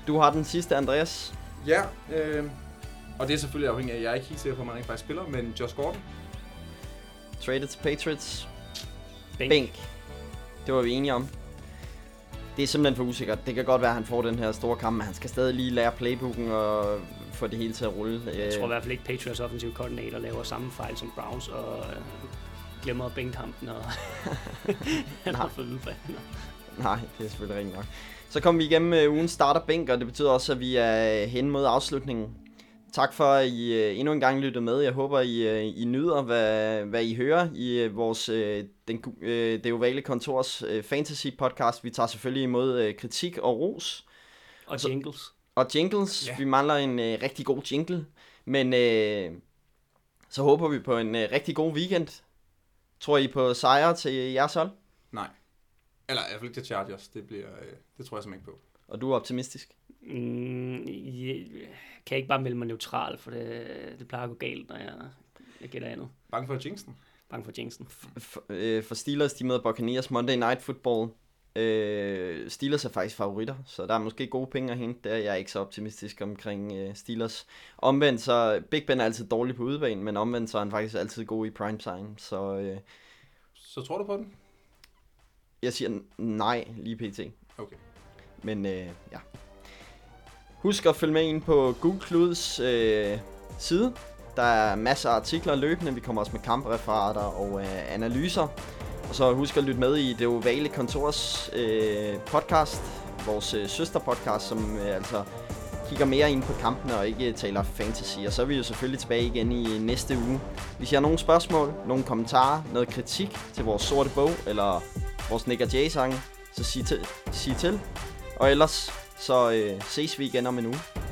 S2: Du har den sidste, Andreas.
S3: Ja, og det er selvfølgelig afhængigt af, jeg er ikke helt sikker på, at man ikke faktisk spiller, men Josh Gordon.
S2: Traded til Patriots.
S4: Bænk.
S2: Bænk. Det var vi enige om. Det er simpelthen for usikkert. Det kan godt være, at han får den her store kamp, men han skal stadig lige lære playbooken og få det hele til at rulle.
S4: Jeg tror i hvert fald ikke, Patriots offensive coordinator laver samme fejl som Browns og glemmer at bænke ham, når han har fået udfald.
S2: Nej, det er selvfølgelig rigtigt nok. Så kommer vi igennem ugen starterbænk, og det betyder også, at vi er hen mod afslutningen. Tak for, at I endnu en gang lyttede med. Jeg håber, I nyder, hvad I hører i vores Det Ovale Kontors fantasy podcast. Vi tager selvfølgelig imod kritik og ros.
S4: Og jingles.
S2: Og jingles. Yeah. Vi mangler en rigtig god jingle. Men så håber vi på en rigtig god weekend. Tror I på sejre til jeres hold?
S3: Nej. Eller i hvert fald ikke til Chargers. Det tror jeg simpelthen ikke på.
S2: Og du er optimistisk?
S4: Kan jeg ikke bare melde mig neutral, for det plejer at gå galt, når jeg gætter andet.
S3: Bange for jinxen?
S4: Bange for jinxen.
S2: For Steelers, de møder Buccaneers Monday Night Football. Steelers er faktisk favoritter, så der er måske gode penge at hente der. Jeg er ikke så optimistisk omkring Steelers. Omvendt så, Big Ben er altid dårlig på udebane, men omvendt så er han faktisk altid god i primetime.
S3: Så tror du på den?
S2: Jeg siger nej lige pt.
S3: Okay.
S2: Men ja. Husk at følge med ind på Google Kluds side. Der er masser af artikler løbende. Vi kommer også med kampreferater og analyser. Og så husk at lytte med i Det Ovale Kontors podcast. Vores søsterpodcast, som altså kigger mere ind på kampene og ikke taler fantasy. Og så er vi jo selvfølgelig tilbage igen i næste uge. Hvis I har nogle spørgsmål, nogle kommentarer, noget kritik til vores sorte bog eller vores Nick Jay sange, så sig til. Og ellers så ses vi igen om en uge.